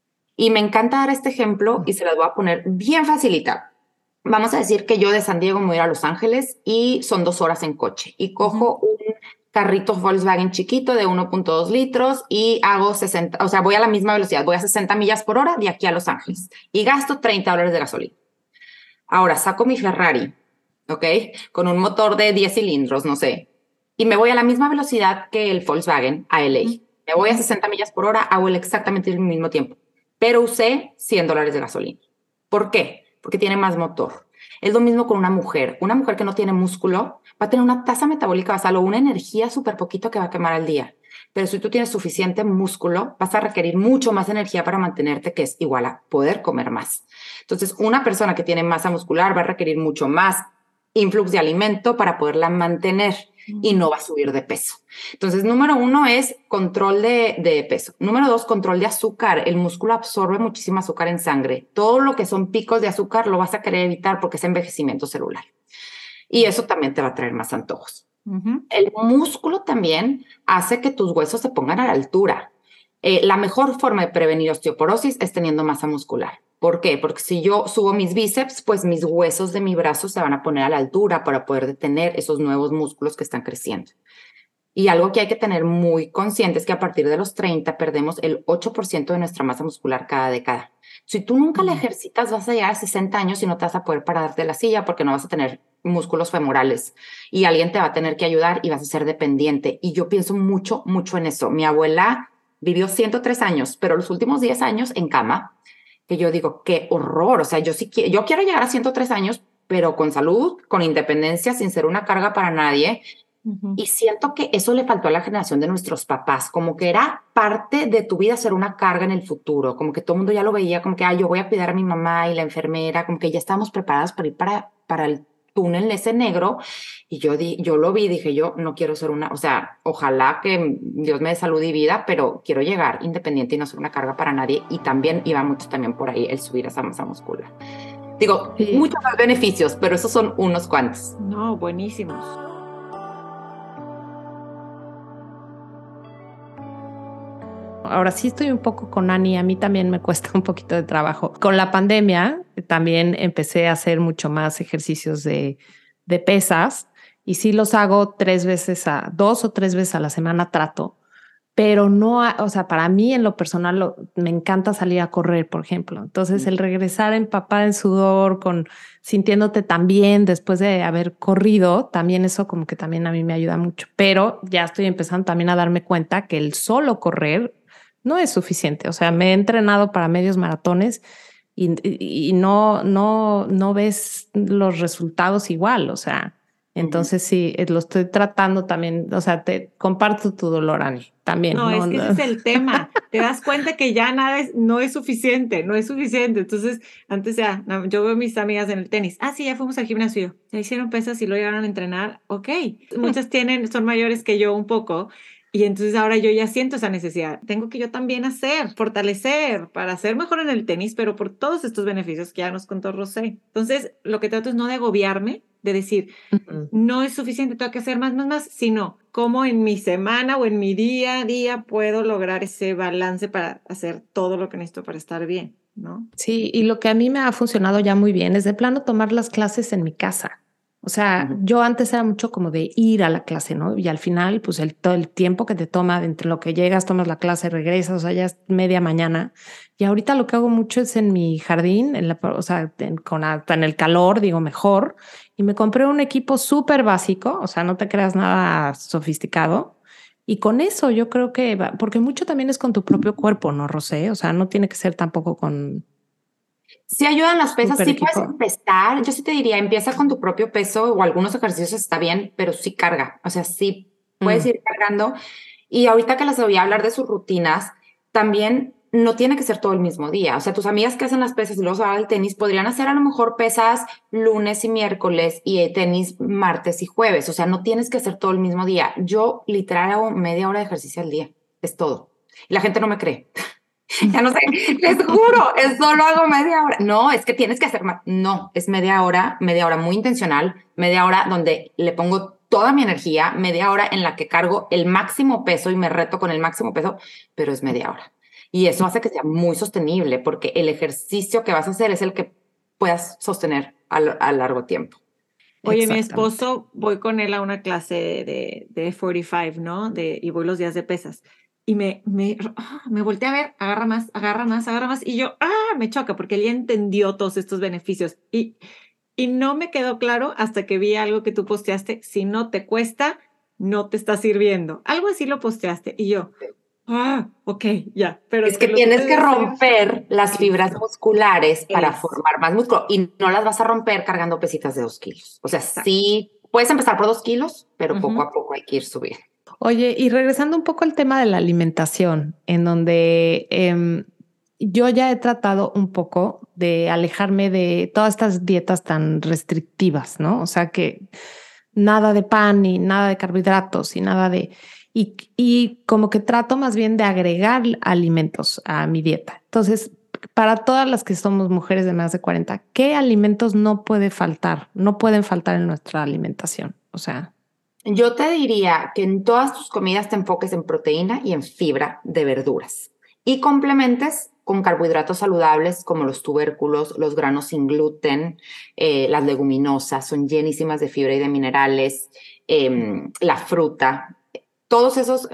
Y me encanta dar este ejemplo y se las voy a poner bien facilita. Vamos a decir que yo de San Diego me voy a ir a Los Ángeles y son 2 horas en coche y cojo un carrito Volkswagen chiquito de 1.2 litros y hago 60, o sea, voy a la misma velocidad, voy a 60 millas por hora de aquí a Los Ángeles y gasto $30 de gasolina. Ahora saco mi Ferrari, ¿ok? Con un motor de 10 cilindros, no sé, y me voy a la misma velocidad que el Volkswagen a LA. Me voy a 60 millas por hora, hago exactamente el mismo tiempo, pero usé $100 de gasolina. ¿Por qué? Porque tiene más motor. Es lo mismo con una mujer. Una mujer que no tiene músculo va a tener una tasa metabólica basal o una energía súper poquito que va a quemar al día. Pero si tú tienes suficiente músculo, vas a requerir mucho más energía para mantenerte, que es igual a poder comer más. Entonces, una persona que tiene masa muscular va a requerir mucho más influx de alimento para poderla mantener y no va a subir de peso. Entonces, número 1 es control de peso. Número 2, control de azúcar. El músculo absorbe muchísimo azúcar en sangre. Todo lo que son picos de azúcar lo vas a querer evitar porque es envejecimiento celular. Y eso también te va a traer más antojos. El músculo también hace que tus huesos se pongan a la altura. La mejor forma de prevenir osteoporosis es teniendo masa muscular. ¿Por qué? Porque si yo subo mis bíceps, pues mis huesos de mi brazo se van a poner a la altura para poder detener esos nuevos músculos que están creciendo. Y algo que hay que tener muy consciente es que a partir de los 30 perdemos el 8% de nuestra masa muscular cada década. Si tú nunca la ejercitas, vas a llegar a 60 años y no te vas a poder parar de la silla porque no vas a tener músculos femorales y alguien te va a tener que ayudar y vas a ser dependiente. Y yo pienso mucho, mucho en eso. Mi abuela vivió 103 años, pero los últimos 10 años en cama, que yo digo, qué horror. O sea, yo quiero llegar a 103 años, pero con salud, con independencia, sin ser una carga para nadie. Y siento que eso le faltó a la generación de nuestros papás, como que era parte de tu vida ser una carga en el futuro, como que todo el mundo ya lo veía, como que yo voy a cuidar a mi mamá y la enfermera, como que ya estábamos preparados para ir para el túnel ese negro. Y yo lo vi, dije, yo no quiero ser o sea, ojalá que Dios me dé salud y vida, pero quiero llegar independiente y no ser una carga para nadie. Y también iba mucho también por ahí el subir esa masa muscular. Digo, muchos más beneficios, pero esos son unos cuantos. No, buenísimos. Ahora sí estoy un poco con Ani, a mí también me cuesta un poquito de trabajo. Con la pandemia también empecé a hacer mucho más ejercicios de pesas y sí los hago 2 o 3 veces a la semana trato, pero no, o sea, para mí en lo personal me encanta salir a correr, por ejemplo. Entonces el regresar empapada en sudor, sintiéndote tan bien después de haber corrido, también eso como que también a mí me ayuda mucho. Pero ya estoy empezando también a darme cuenta que el solo correr no es suficiente. O sea, me he entrenado para medios maratones y no ves los resultados igual. O sea, entonces sí, lo estoy tratando también. O sea, te comparto tu dolor, Ani, también. No, es que ese es el tema. Te das cuenta que ya nada no es suficiente, no es suficiente. Entonces, antes yo veo a mis amigas en el tenis. Sí, ya fuimos al gimnasio. Ya hicieron pesas y lo llegaron a entrenar. Ok. Muchas son mayores que yo un poco. Y entonces ahora yo ya siento esa necesidad. Tengo que yo también fortalecer para ser mejor en el tenis, pero por todos estos beneficios que ya nos contó Rosé. Entonces, lo que trato es no de agobiarme, de decir, no es suficiente, tengo que hacer más, sino cómo en mi semana o en mi día a día puedo lograr ese balance para hacer todo lo que necesito para estar bien, ¿no? Sí, y lo que a mí me ha funcionado ya muy bien es de plano tomar las clases en mi casa. O sea, yo antes era mucho como de ir a la clase, ¿no? Y al final, pues todo el tiempo que te toma entre lo que llegas, tomas la clase, regresas, o sea, ya es media mañana. Y ahorita lo que hago mucho es en mi jardín, hasta en el calor, digo, mejor. Y me compré un equipo súper básico, o sea, no te creas nada sofisticado. Y con eso yo creo que porque mucho también es con tu propio cuerpo, ¿no, Rosé? O sea, no tiene que ser tampoco con... Sí ayudan las pesas, sí equipo. puedes empezar. Yo sí te diría, empieza con tu propio peso o algunos ejercicios está bien, pero sí carga. O sea, sí puedes ir cargando. Y ahorita que les voy a hablar de sus rutinas, también no tiene que ser todo el mismo día. O sea, tus amigas que hacen las pesas y luego se van al tenis podrían hacer a lo mejor pesas lunes y miércoles y tenis martes y jueves. O sea, no tienes que hacer todo el mismo día. Yo literal hago media hora de ejercicio al día. Es todo. Y la gente no me cree. Ya no sé, les juro, es solo hago media hora. No, es que tienes que hacer más. No, es media hora muy intencional, media hora donde le pongo toda mi energía, media hora en la que cargo el máximo peso y me reto con el máximo peso, pero es media hora. Y eso hace que sea muy sostenible porque el ejercicio que vas a hacer es el que puedas sostener a largo tiempo. Oye, mi esposo, voy con él a una clase de 45, ¿no? Y voy los días de pesas. Y me volteé a ver, agarra más, agarra más, agarra más. Y yo, me choca porque él ya entendió todos estos beneficios. Y no me quedó claro hasta que vi algo que tú posteaste. Si no te cuesta, no te está sirviendo. Algo así lo posteaste. Y yo, ok, ya. Pero es que tienes que romper las fibras musculares para formar más músculo y no las vas a romper cargando pesitas de 2 kilos. O sea, sí, puedes empezar por 2 kilos, pero poco a poco hay que ir subiendo. Oye, y regresando un poco al tema de la alimentación, en donde yo ya he tratado un poco de alejarme de todas estas dietas tan restrictivas, ¿no? O sea, que nada de pan y nada de carbohidratos y nada de... Y como que trato más bien de agregar alimentos a mi dieta. Entonces, para todas las que somos mujeres de más de 40, ¿qué alimentos no pueden faltar en nuestra alimentación? O sea... Yo te diría que en todas tus comidas te enfoques en proteína y en fibra de verduras y complementes con carbohidratos saludables como los tubérculos, los granos sin gluten, las leguminosas, son llenísimas de fibra y de minerales, la fruta, todos esos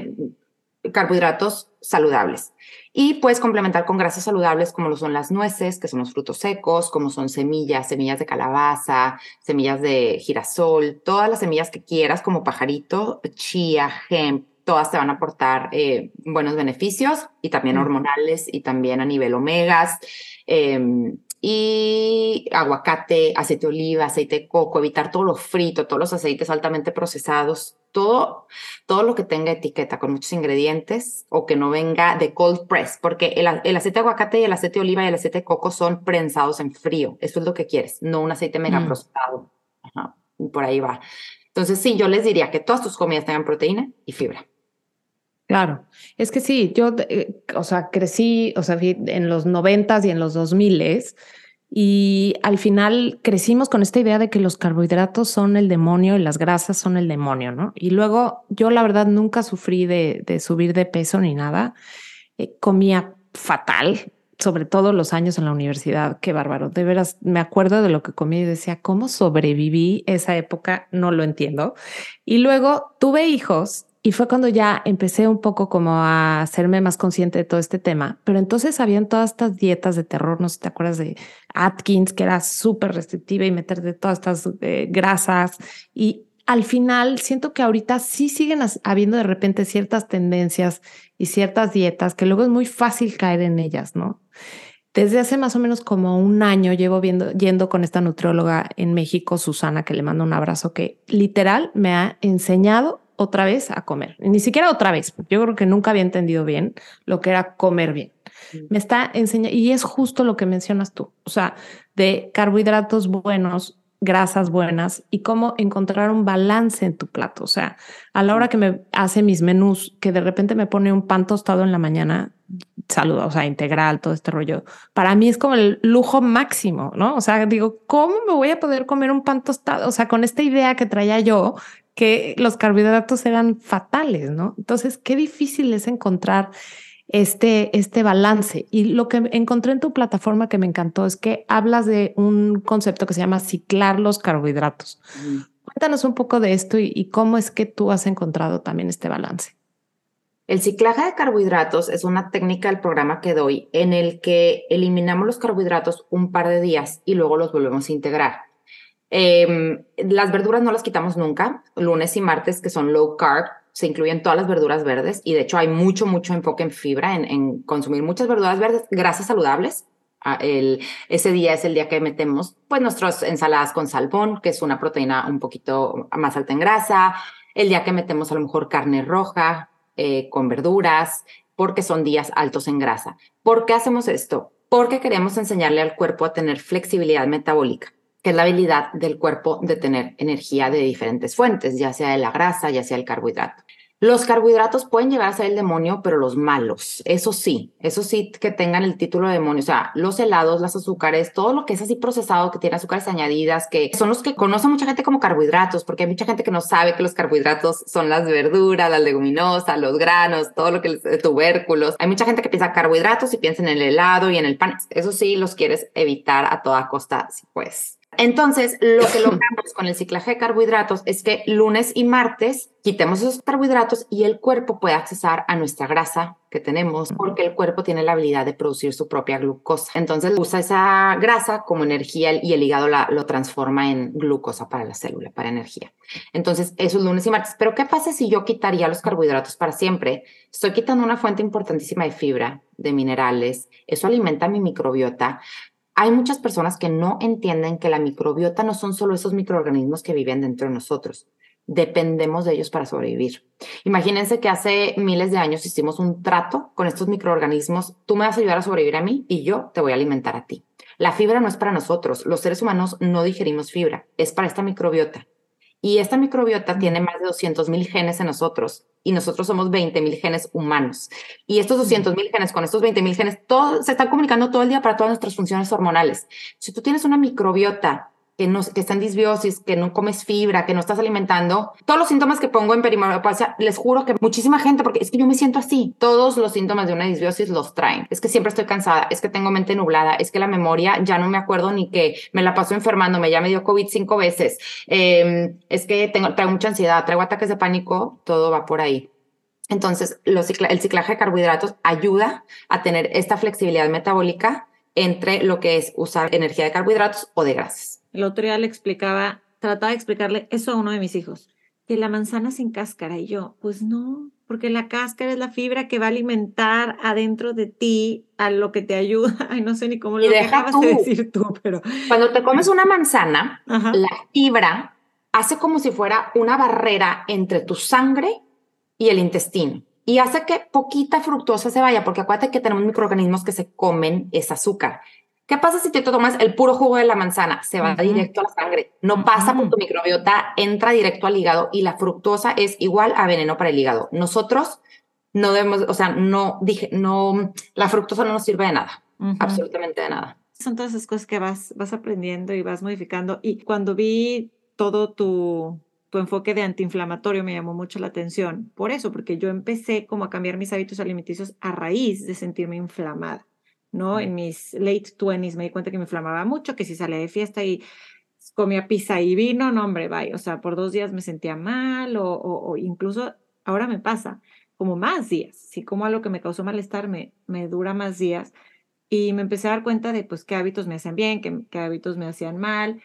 carbohidratos saludables. Y puedes complementar con grasas saludables como lo son las nueces, que son los frutos secos, como son semillas de calabaza, semillas de girasol, todas las semillas que quieras como pajarito, chía, hemp, todas te van a aportar buenos beneficios y también hormonales y también a nivel omegas. Y aguacate, aceite de oliva, aceite de coco, evitar todo lo frito, todos los aceites altamente procesados, todo lo que tenga etiqueta con muchos ingredientes o que no venga de cold press, porque el aceite de aguacate y el aceite de oliva y el aceite de coco son prensados en frío. Eso es lo que quieres, no un aceite mega procesado. Ajá, y por ahí va. Entonces, sí, yo les diría que todas tus comidas tengan proteína y fibra. Claro, es que sí, yo, crecí, en los 90s y en los 2000s y al final crecimos con esta idea de que los carbohidratos son el demonio y las grasas son el demonio, ¿no? Y luego yo la verdad nunca sufrí de subir de peso ni nada, comía fatal, sobre todo los años en la universidad, qué bárbaro, de veras me acuerdo de lo que comí y decía, ¿cómo sobreviví esa época? No lo entiendo. Y luego tuve hijos. Y fue cuando ya empecé un poco como a hacerme más consciente de todo este tema. Pero entonces habían todas estas dietas de terror, no sé si te acuerdas de Atkins, que era súper restrictiva y meterte todas estas grasas. Y al final siento que ahorita sí siguen habiendo de repente ciertas tendencias y ciertas dietas que luego es muy fácil caer en ellas, ¿no? Desde hace más o menos como un año llevo yendo con esta nutrióloga en México, Susana, que le mando un abrazo, que literal me ha enseñado otra vez a comer. Ni siquiera otra vez, porque yo creo que nunca había entendido bien lo que era comer bien. Me está enseñando, y es justo lo que mencionas tú, o sea, de carbohidratos buenos, grasas buenas y cómo encontrar un balance en tu plato. O sea, a la hora que me hace mis menús, que de repente me pone un pan tostado en la mañana, salud, o sea, integral, todo este rollo, para mí es como el lujo máximo, ¿no? O sea, digo, ¿cómo me voy a poder comer un pan tostado? O sea, con esta idea que traía yo, que los carbohidratos eran fatales, ¿no? Entonces, qué difícil es encontrar este balance. Y lo que encontré en tu plataforma que me encantó es que hablas de un concepto que se llama ciclar los carbohidratos. Cuéntanos un poco de esto y cómo es que tú has encontrado también este balance. El ciclaje de carbohidratos es una técnica del programa que doy en el que eliminamos los carbohidratos un par de días y luego los volvemos a integrar. Las verduras no las quitamos nunca, lunes y martes que son low carb, se incluyen todas las verduras verdes y de hecho hay mucho enfoque en fibra, en consumir muchas verduras verdes, grasas saludables. Ese día es el día que metemos pues nuestras ensaladas con salmón, que es una proteína un poquito más alta en grasa, el día que metemos a lo mejor carne roja con verduras, porque son días altos en grasa. ¿Por qué hacemos esto? Porque queremos enseñarle al cuerpo a tener flexibilidad metabólica, que es la habilidad del cuerpo de tener energía de diferentes fuentes, ya sea de la grasa, ya sea el carbohidrato. Los carbohidratos pueden llegar a ser el demonio, pero los malos, eso sí que tengan el título de demonio, o sea, los helados, las azúcares, todo lo que es así procesado, que tiene azúcares añadidas, que son los que conoce mucha gente como carbohidratos, porque hay mucha gente que no sabe que los carbohidratos son las verduras, las leguminosas, los granos, todo lo que es tubérculos. Hay mucha gente que piensa carbohidratos y piensa en el helado y en el pan. Eso sí, los quieres evitar a toda costa, si puedes. Entonces, lo que logramos con el ciclaje de carbohidratos es que lunes y martes quitemos esos carbohidratos y el cuerpo puede accesar a nuestra grasa que tenemos, porque el cuerpo tiene la habilidad de producir su propia glucosa. Entonces, usa esa grasa como energía y el hígado lo transforma en glucosa para la célula, para energía. Entonces, eso es lunes y martes. Pero, ¿qué pasa si yo quitaría los carbohidratos para siempre? Estoy quitando una fuente importantísima de fibra, de minerales. Eso alimenta mi microbiota. Hay muchas personas que no entienden que la microbiota no son solo esos microorganismos que viven dentro de nosotros. Dependemos de ellos para sobrevivir. Imagínense que hace miles de años hicimos un trato con estos microorganismos. Tú me vas a ayudar a sobrevivir a mí y yo te voy a alimentar a ti. La fibra no es para nosotros. Los seres humanos no digerimos fibra. Es para esta microbiota. Y esta microbiota tiene más de 200,000 genes en nosotros y nosotros somos 20,000 genes humanos. Y estos 200,000 genes con estos 20,000 genes, todos se están comunicando todo el día para todas nuestras funciones hormonales. Si tú tienes una microbiota que está en disbiosis, que no comes fibra, que no estás alimentando, todos los síntomas que pongo en perimenopausia, les juro que muchísima gente, porque es que yo me siento así, todos los síntomas de una disbiosis los traen. Es que siempre estoy cansada, es que tengo mente nublada, es que la memoria ya no me acuerdo ni que me la paso enfermándome, ya me dio COVID 5 veces, es que traigo mucha ansiedad, traigo ataques de pánico, todo va por ahí. Entonces, el ciclaje de carbohidratos ayuda a tener esta flexibilidad metabólica entre lo que es usar energía de carbohidratos o de grasas. El otro día trataba de explicarle eso a uno de mis hijos, que la manzana sin cáscara, y yo, pues no, porque la cáscara es la fibra que va a alimentar adentro de ti a lo que te ayuda. Ay, no sé ni cómo lo acabas de decir tú, pero... Cuando te comes una manzana, Ajá. la fibra hace como si fuera una barrera entre tu sangre y el intestino. Y hace que poquita fructosa se vaya, porque acuérdate que tenemos microorganismos que se comen ese azúcar. ¿Qué pasa si te tomas el puro jugo de la manzana? Se va directo a la sangre, no pasa por tu microbiota, entra directo al hígado y la fructosa es igual a veneno para el hígado. Nosotros no debemos, o sea, la fructosa no nos sirve de nada, absolutamente de nada. Son todas esas cosas que vas aprendiendo y vas modificando. Y cuando vi todo tu enfoque de antiinflamatorio me llamó mucho la atención. Por eso, porque yo empecé como a cambiar mis hábitos alimenticios a raíz de sentirme inflamada, ¿no? En mis late 20s me di cuenta que me inflamaba mucho, que si salía de fiesta y comía pizza y vino, no, hombre, vaya, o sea, por 2 días me sentía mal o incluso ahora me pasa como más días. Si como algo que me causó malestar me dura más días y me empecé a dar cuenta de pues qué hábitos me hacían bien, qué hábitos me hacían mal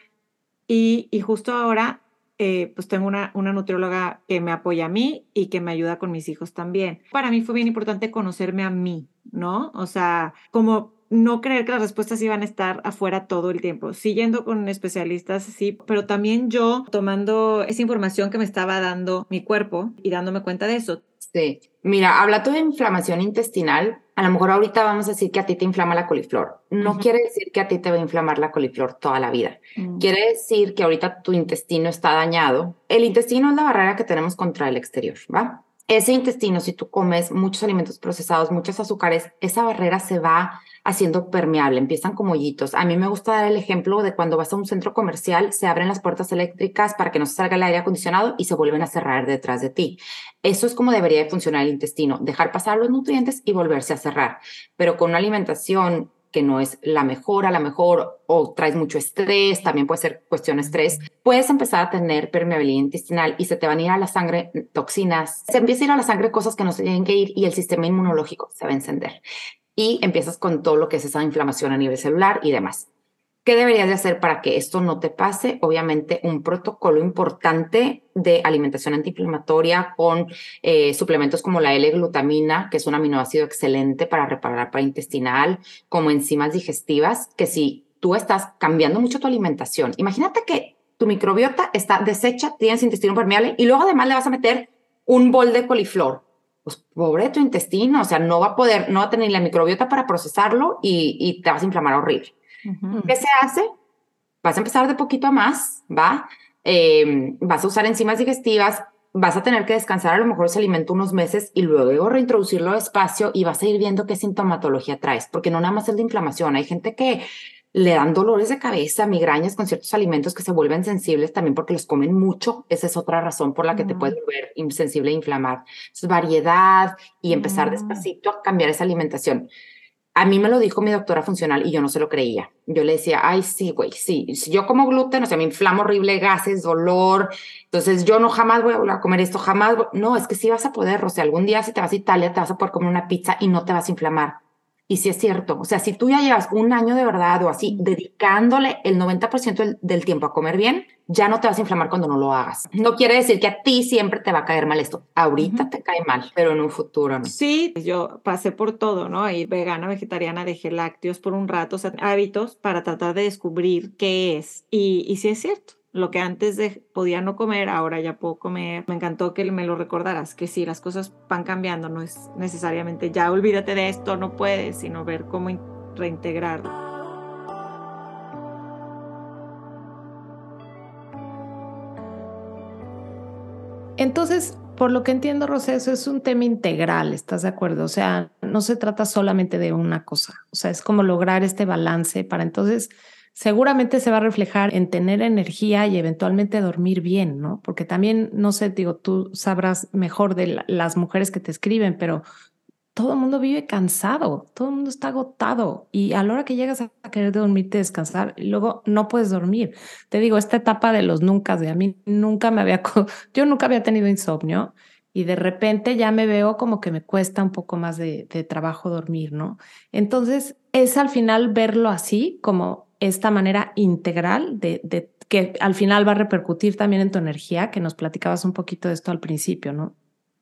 y justo ahora pues tengo una nutrióloga que me apoya a mí y que me ayuda con mis hijos también. Para mí fue bien importante conocerme a mí, ¿no? O sea, como no creer que las respuestas iban a estar afuera todo el tiempo. Sí, yendo con especialistas, sí, pero también yo tomando esa información que me estaba dando mi cuerpo y dándome cuenta de eso. Sí, mira, hablando de inflamación intestinal, a lo mejor ahorita vamos a decir que a ti te inflama la coliflor. No quiere decir que a ti te va a inflamar la coliflor toda la vida. Quiere decir que ahorita tu intestino está dañado. El intestino es la barrera que tenemos contra el exterior, ¿va? Ese intestino, si tú comes muchos alimentos procesados, muchos azúcares, esa barrera se va haciendo permeable, empiezan como hoyitos. A mí me gusta dar el ejemplo de cuando vas a un centro comercial, se abren las puertas eléctricas para que no se salga el aire acondicionado y se vuelven a cerrar detrás de ti. Eso es como debería de funcionar el intestino, dejar pasar los nutrientes y volverse a cerrar. Pero con una alimentación que no es la mejor, a la mejor, o traes mucho estrés, también puede ser cuestión de estrés, puedes empezar a tener permeabilidad intestinal y se te van a ir a la sangre toxinas, se empieza a ir a la sangre cosas que no se tienen que ir y el sistema inmunológico se va a encender. Y empiezas con todo lo que es esa inflamación a nivel celular y demás. ¿Qué deberías de hacer para que esto no te pase? Obviamente, un protocolo importante de alimentación antiinflamatoria con suplementos como la L-glutamina, que es un aminoácido excelente para reparar intestinal, como enzimas digestivas, que si tú estás cambiando mucho tu alimentación, imagínate que tu microbiota está deshecha, tienes intestino permeable y luego además le vas a meter un bol de coliflor. Pues pobre tu intestino, o sea, no va a tener la microbiota para procesarlo y te vas a inflamar horrible. ¿Qué se hace? Vas a empezar de poquito a más, ¿va? Vas a usar enzimas digestivas. vas a tener que descansar a lo mejor ese alimento unos meses y luego reintroducirlo despacio y vas a ir viendo qué sintomatología traes, porque no nada más es de inflamación. Hay gente que le dan dolores de cabeza, migrañas con ciertos alimentos que se vuelven sensibles también porque los comen mucho. Esa es otra razón por la que te puedes volver insensible e inflamar. Entonces, variedad y empezar despacito a cambiar esa alimentación. A mí me lo dijo mi doctora funcional y yo no se lo creía. Yo le decía, ay, sí, güey, sí. Si yo como gluten, o sea, me inflamo horrible, gases, dolor. Entonces yo no jamás voy a volver a comer esto, jamás. No, es que sí vas a poder. O sea, algún día si te vas a Italia, te vas a poder comer una pizza y no te vas a inflamar. Y sí es cierto. O sea, si tú ya llevas un año de verdad o así, dedicándole el 90% del tiempo a comer bien, ya no te vas a inflamar cuando no lo hagas. No quiere decir que a ti siempre te va a caer mal esto. Ahorita te cae mal, pero en un futuro no. Sí, yo pasé por todo, ¿no? Y vegana, vegetariana, dejé lácteos por un rato, o sea, hábitos para tratar de descubrir qué es. Y sí es cierto, lo que antes podía no comer, ahora ya puedo comer. Me encantó que me lo recordaras, que sí, las cosas van cambiando, no es necesariamente ya olvídate de esto, no puedes, sino ver cómo reintegrarlo. Entonces, por lo que entiendo, Rosé, eso es un tema integral, ¿estás de acuerdo? O sea, no se trata solamente de una cosa, o sea, es como lograr este balance para entonces, seguramente se va a reflejar en tener energía y eventualmente dormir bien, ¿no? Porque también, no sé, digo, tú sabrás mejor de las mujeres que te escriben, pero todo el mundo vive cansado, todo el mundo está agotado y a la hora que llegas a querer dormirte, descansar, y luego no puedes dormir. Te digo, esta etapa de los nunca, de a mí nunca me había, yo nunca había tenido insomnio y de repente ya me veo como que me cuesta un poco más de trabajo dormir, ¿no? Entonces es al final verlo así, como esta manera integral de que al final va a repercutir también en tu energía, que nos platicabas un poquito de esto al principio, ¿no?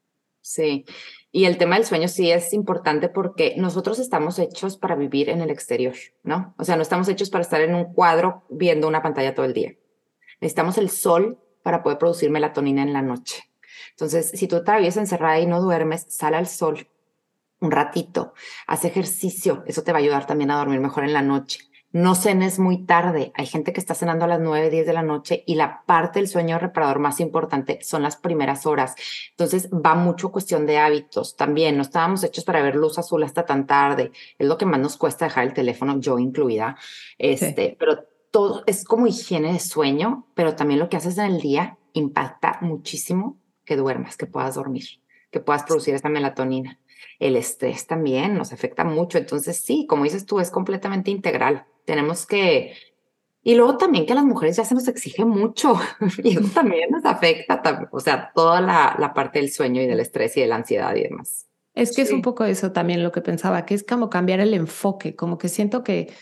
Sí, y el tema del sueño sí es importante porque nosotros estamos hechos para vivir en el exterior, ¿no? O sea, no estamos hechos para estar en un cuadro viendo una pantalla todo el día. Necesitamos el sol para poder producir melatonina en la noche. Entonces, si tú te vives encerrada y no duermes, sal al sol un ratito, haz ejercicio, eso te va a ayudar también a dormir mejor en la noche. No cenes muy tarde. Hay gente que está cenando a las 9, 10 de la noche y la parte del sueño reparador más importante son las primeras horas. Entonces va mucho cuestión de hábitos también. No estábamos hechos para ver luz azul hasta tan tarde. Es lo que más nos cuesta dejar el teléfono, yo incluida. Sí. Pero todo es como higiene de sueño, pero también lo que haces en el día impacta muchísimo que duermas, que puedas dormir, que puedas producir esa melatonina. El estrés también nos afecta mucho. Entonces, sí, como dices tú, es completamente integral. Tenemos que... Y luego también que a las mujeres ya se nos exige mucho y eso también nos afecta, o sea, toda la parte del sueño y del estrés y de la ansiedad y demás. Es que es un Sí. poco eso también lo que pensaba, que es como cambiar el enfoque, como que siento que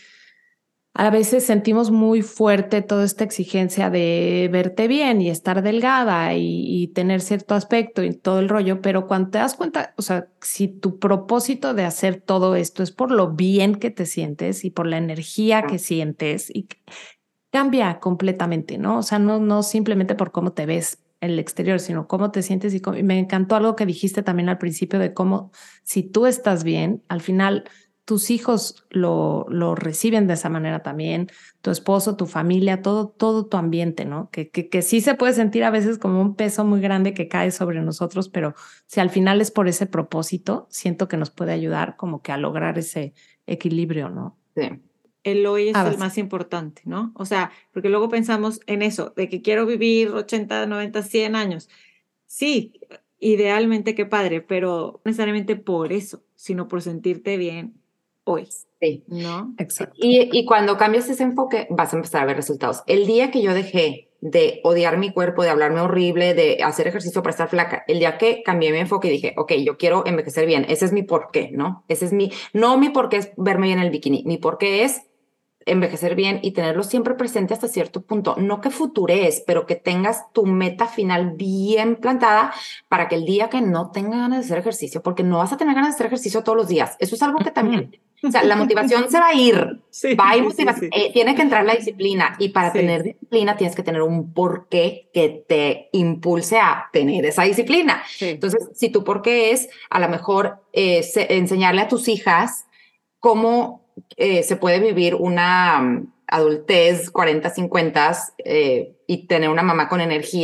a veces sentimos muy fuerte toda esta exigencia de verte bien y estar delgada y tener cierto aspecto y todo el rollo, pero cuando te das cuenta, o sea, si tu propósito de hacer todo esto es por lo bien que te sientes y por la energía que sientes y cambia completamente, ¿no? O sea, no simplemente por cómo te ves en el exterior, sino cómo te sientes y me encantó algo que dijiste también al principio de cómo si tú estás bien, al final tus hijos lo reciben de esa manera también, tu esposo, tu familia, todo tu ambiente, ¿no? Que sí se puede sentir a veces como un peso muy grande que cae sobre nosotros, pero si al final es por ese propósito, siento que nos puede ayudar como que a lograr ese equilibrio, ¿no? Sí. El hoy es el Vas. más importante, ¿no? O sea, porque luego pensamos en eso, de que quiero vivir 80, 90, 100 años. Sí, idealmente qué padre, pero no necesariamente por eso, sino por sentirte bien hoy, Sí. ¿no? Exacto. Y cuando cambias ese enfoque, vas a empezar a ver resultados. El día que yo dejé de odiar mi cuerpo, de hablarme horrible, de hacer ejercicio para estar flaca, el día que cambié mi enfoque y dije, ok, yo quiero envejecer bien, ese es mi porqué, ¿no? Ese es no mi porqué es verme bien en el bikini, mi porqué es envejecer bien y tenerlo siempre presente hasta cierto punto. No que futurees, pero que tengas tu meta final bien plantada para que el día que no tenga ganas de hacer ejercicio, porque no vas a tener ganas de hacer ejercicio todos los días. Eso es algo que también, o sea, la motivación se va a ir. Sí, Va a ir sí, motivación. sí. Tiene que entrar la disciplina y para Sí. tener disciplina tienes que tener un porqué que te impulse a tener esa disciplina. Sí. Entonces, si tu porqué es a lo mejor enseñarle a tus hijas cómo se puede vivir una adultez 40, 50 y tener una mamá con energía,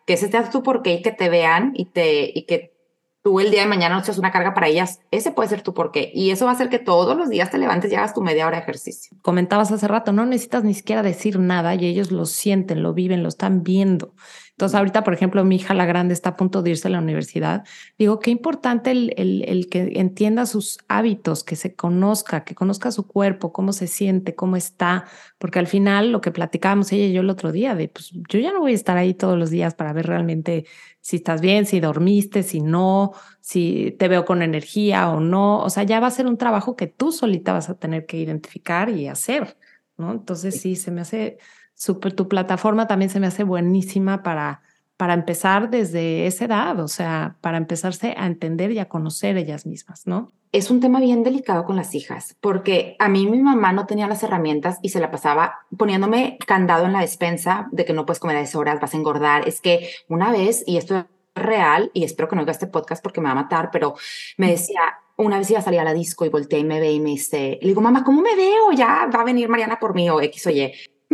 que ese sea tu porqué y que te vean y que tú el día de mañana no seas una carga para ellas. Ese puede ser tu porqué. Y eso va a hacer que todos los días te levantes y hagas tu media hora de ejercicio. Comentabas hace rato, no necesitas ni siquiera decir nada y ellos lo sienten, lo viven, lo están viendo. Entonces ahorita, por ejemplo, mi hija la grande está a punto de irse a la universidad. Digo, qué importante el que entienda sus hábitos, que se conozca, que conozca su cuerpo, cómo se siente, cómo está, porque al final lo que platicábamos ella y yo el otro día, de pues yo ya no voy a estar ahí todos los días para ver realmente si estás bien, si dormiste, si no, si te veo con energía o no. O sea, ya va a ser un trabajo que tú solita vas a tener que identificar y hacer, ¿no? Entonces sí, se me hace súper, tu plataforma también se me hace buenísima para empezar desde esa edad, o sea, para empezarse a entender y a conocer ellas mismas, ¿no? Es un tema bien delicado con las hijas, porque a mí mi mamá no tenía las herramientas y se la pasaba poniéndome candado en la despensa de que no puedes comer a esas horas, vas a engordar. Es que una vez, y esto es real, y espero que no oiga este podcast porque me va a matar, pero me decía, una vez iba a salir a la disco y volteé y me ve y me dice, le digo, mamá, ¿cómo me veo? Ya va a venir Mariana por mí o X o Y.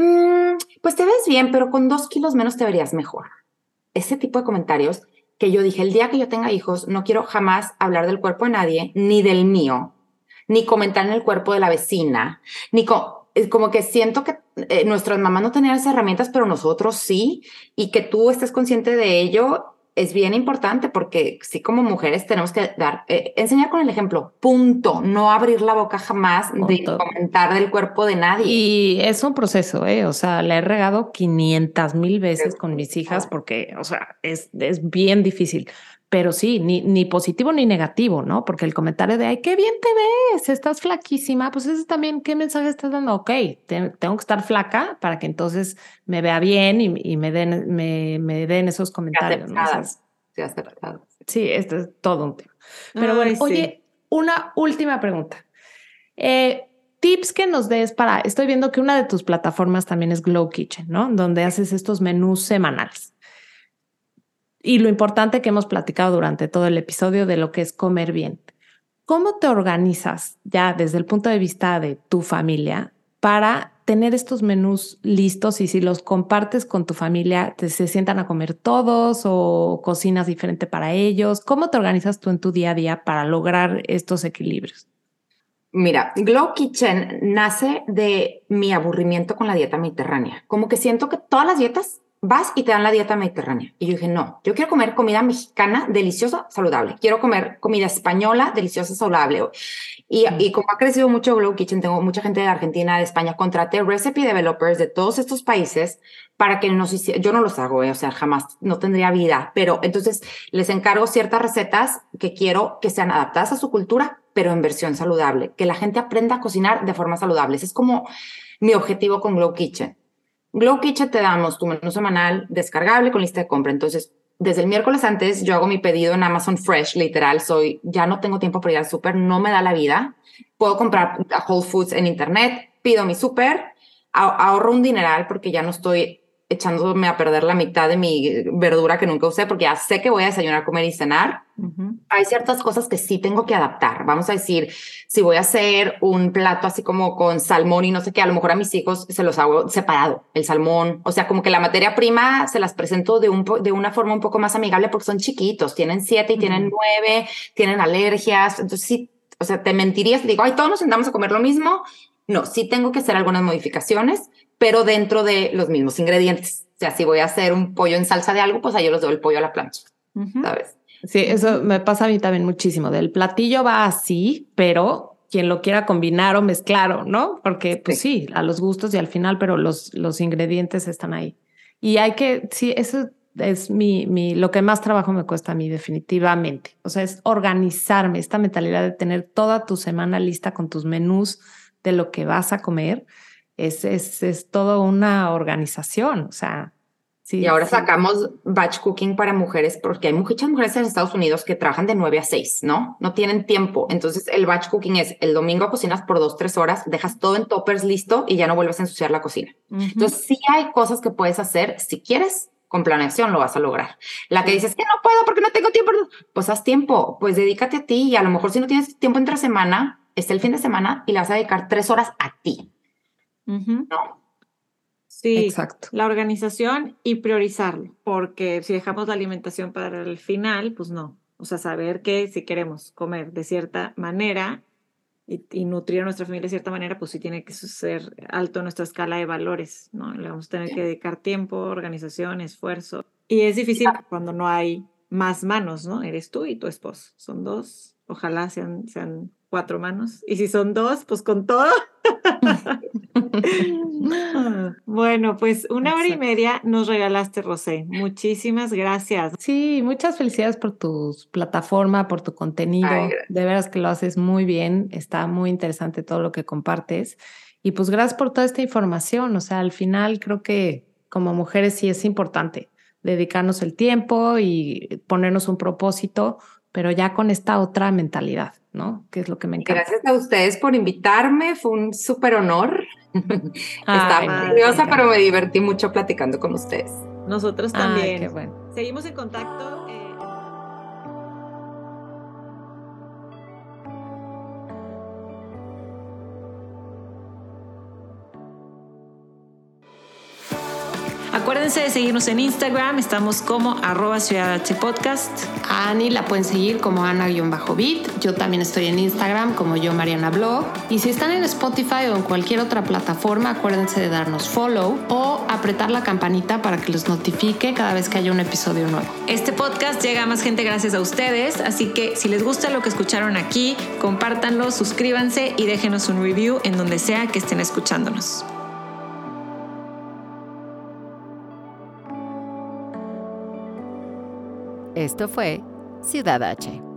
Pues te ves bien, pero con 2 kilos menos te verías mejor. Ese tipo de comentarios que yo dije, el día que yo tenga hijos, no quiero jamás hablar del cuerpo de nadie, ni del mío, ni comentar en el cuerpo de la vecina, como que siento que nuestras mamás no tenían esas herramientas, pero nosotros sí, y que tú estés consciente de ello es bien importante porque sí, como mujeres tenemos que enseñar con el ejemplo, punto, no abrir la boca jamás de comentar del cuerpo de nadie. Y es un proceso, o sea, la he regado 500,000 veces con mis hijas porque, o sea, es bien difícil, pero sí, ni positivo ni negativo, ¿no? Porque el comentario de, ay, qué bien te ves, estás flaquísima, pues ese también, ¿qué mensaje estás dando? Ok, tengo que estar flaca para que entonces me vea bien y me den esos comentarios, ¿no? O sea, sí, esto es todo un tema. Pero bueno, sí. Oye, una última pregunta. Tips que nos des para, estoy viendo que una de tus plataformas también es Glow Kitchen, ¿no? Donde haces estos menús semanales. Y lo importante que hemos platicado durante todo el episodio de lo que es comer bien. ¿Cómo te organizas ya desde el punto de vista de tu familia para tener estos menús listos y si los compartes con tu familia, se sientan a comer todos o cocinas diferente para ellos? ¿Cómo te organizas tú en tu día a día para lograr estos equilibrios? Mira, Glow Kitchen nace de mi aburrimiento con la dieta mediterránea. Como que siento que todas las dietas vas y te dan la dieta mediterránea. Y yo dije, no, yo quiero comer comida mexicana deliciosa, saludable. Quiero comer comida española deliciosa, saludable. Y como ha crecido mucho Glow Kitchen, tengo mucha gente de Argentina, de España, contraté recipe developers de todos estos países para que nos hicieran, yo no los hago, o sea, jamás, no tendría vida, pero entonces les encargo ciertas recetas que quiero que sean adaptadas a su cultura, pero en versión saludable, que la gente aprenda a cocinar de forma saludable. Ese es como mi objetivo con Glow Kitchen. Glow Kitchen te damos tu menú semanal descargable con lista de compra. Entonces, desde el miércoles antes yo hago mi pedido en Amazon Fresh, literal, ya no tengo tiempo para ir al súper, no me da la vida. Puedo comprar a Whole Foods en internet, pido mi súper, ahorro un dineral porque ya no estoy echándome a perder la mitad de mi verdura que nunca usé porque ya sé que voy a desayunar, comer y cenar. Hay ciertas cosas que sí tengo que adaptar. Vamos a decir, si voy a hacer un plato así como con salmón y no sé qué, a lo mejor a mis hijos se los hago separado, el salmón. O sea, como que la materia prima se las presento de una forma un poco más amigable porque son chiquitos, tienen 7 y tienen 9, tienen alergias. Entonces sí, o sea, te mentiría si digo, ay, todos nos sentamos a comer lo mismo. No, sí tengo que hacer algunas modificaciones, pero dentro de los mismos ingredientes. O sea, si voy a hacer un pollo en salsa de algo, pues ahí yo les doy el pollo a la plancha, ¿sabes? Sí, eso me pasa a mí también muchísimo. Del platillo va así, pero quien lo quiera combinar o mezclar, ¿no? Porque pues sí, a los gustos y al final, pero los ingredientes están ahí. Y hay que, sí, eso es lo que más trabajo me cuesta a mí definitivamente. O sea, es organizarme, esta mentalidad de tener toda tu semana lista con tus menús de lo que vas a comer. Es todo una organización, o sea. Sí, y ahora sacamos batch cooking para mujeres porque hay muchas mujeres en Estados Unidos que trabajan de 9 a 6, ¿no? No tienen tiempo. Entonces el batch cooking es el domingo cocinas por 2-3 horas, dejas todo en toppers listo y ya no vuelves a ensuciar la cocina. Entonces sí hay cosas que puedes hacer. Si quieres, con planeación lo vas a lograr. La que dices que no puedo porque no tengo tiempo, pues haz tiempo, pues dedícate a ti y a lo mejor si no tienes tiempo entre semana, está el fin de semana y le vas a dedicar 3 horas a ti. ¿No? Sí, Exacto. la organización y priorizarlo, porque si dejamos la alimentación para el final, pues no. O sea, saber que si queremos comer de cierta manera y nutrir a nuestra familia de cierta manera, pues sí tiene que ser alto nuestra escala de valores, ¿no? Le vamos a tener que dedicar tiempo, organización, esfuerzo. Y es difícil cuando no hay más manos, ¿no? Eres tú y tu esposo. Son dos, ojalá sean 4 manos. Y si son 2, pues con todo. Bueno, pues 1 hora y media nos regalaste, Rosé. Muchísimas gracias. Sí, muchas felicidades por tu plataforma, por tu contenido. Ay, De veras que lo haces muy bien. Está muy interesante todo lo que compartes. Y pues gracias por toda esta información. O sea, al final creo que como mujeres sí es importante dedicarnos el tiempo y ponernos un propósito, pero ya con esta otra mentalidad, ¿no? Que es lo que me encanta. gracias a ustedes por invitarme, fue un súper honor. Estaba Ay, no, me nerviosa, encanta. pero me divertí mucho platicando con ustedes. Nosotros Ay, qué también. bueno. Seguimos en contacto. Acuérdense de seguirnos en Instagram, estamos como @ciudadhpodcast. A Ani la pueden seguir como Ana-Bit. Yo también estoy en Instagram como yo Mariana Blog. Y si están en Spotify o en cualquier otra plataforma, acuérdense de darnos follow o apretar la campanita para que les notifique cada vez que haya un episodio nuevo. Este podcast llega a más gente gracias a ustedes, así que si les gusta lo que escucharon aquí, compártanlo, suscríbanse y déjenos un review en donde sea que estén escuchándonos. Esto fue Ciudad H.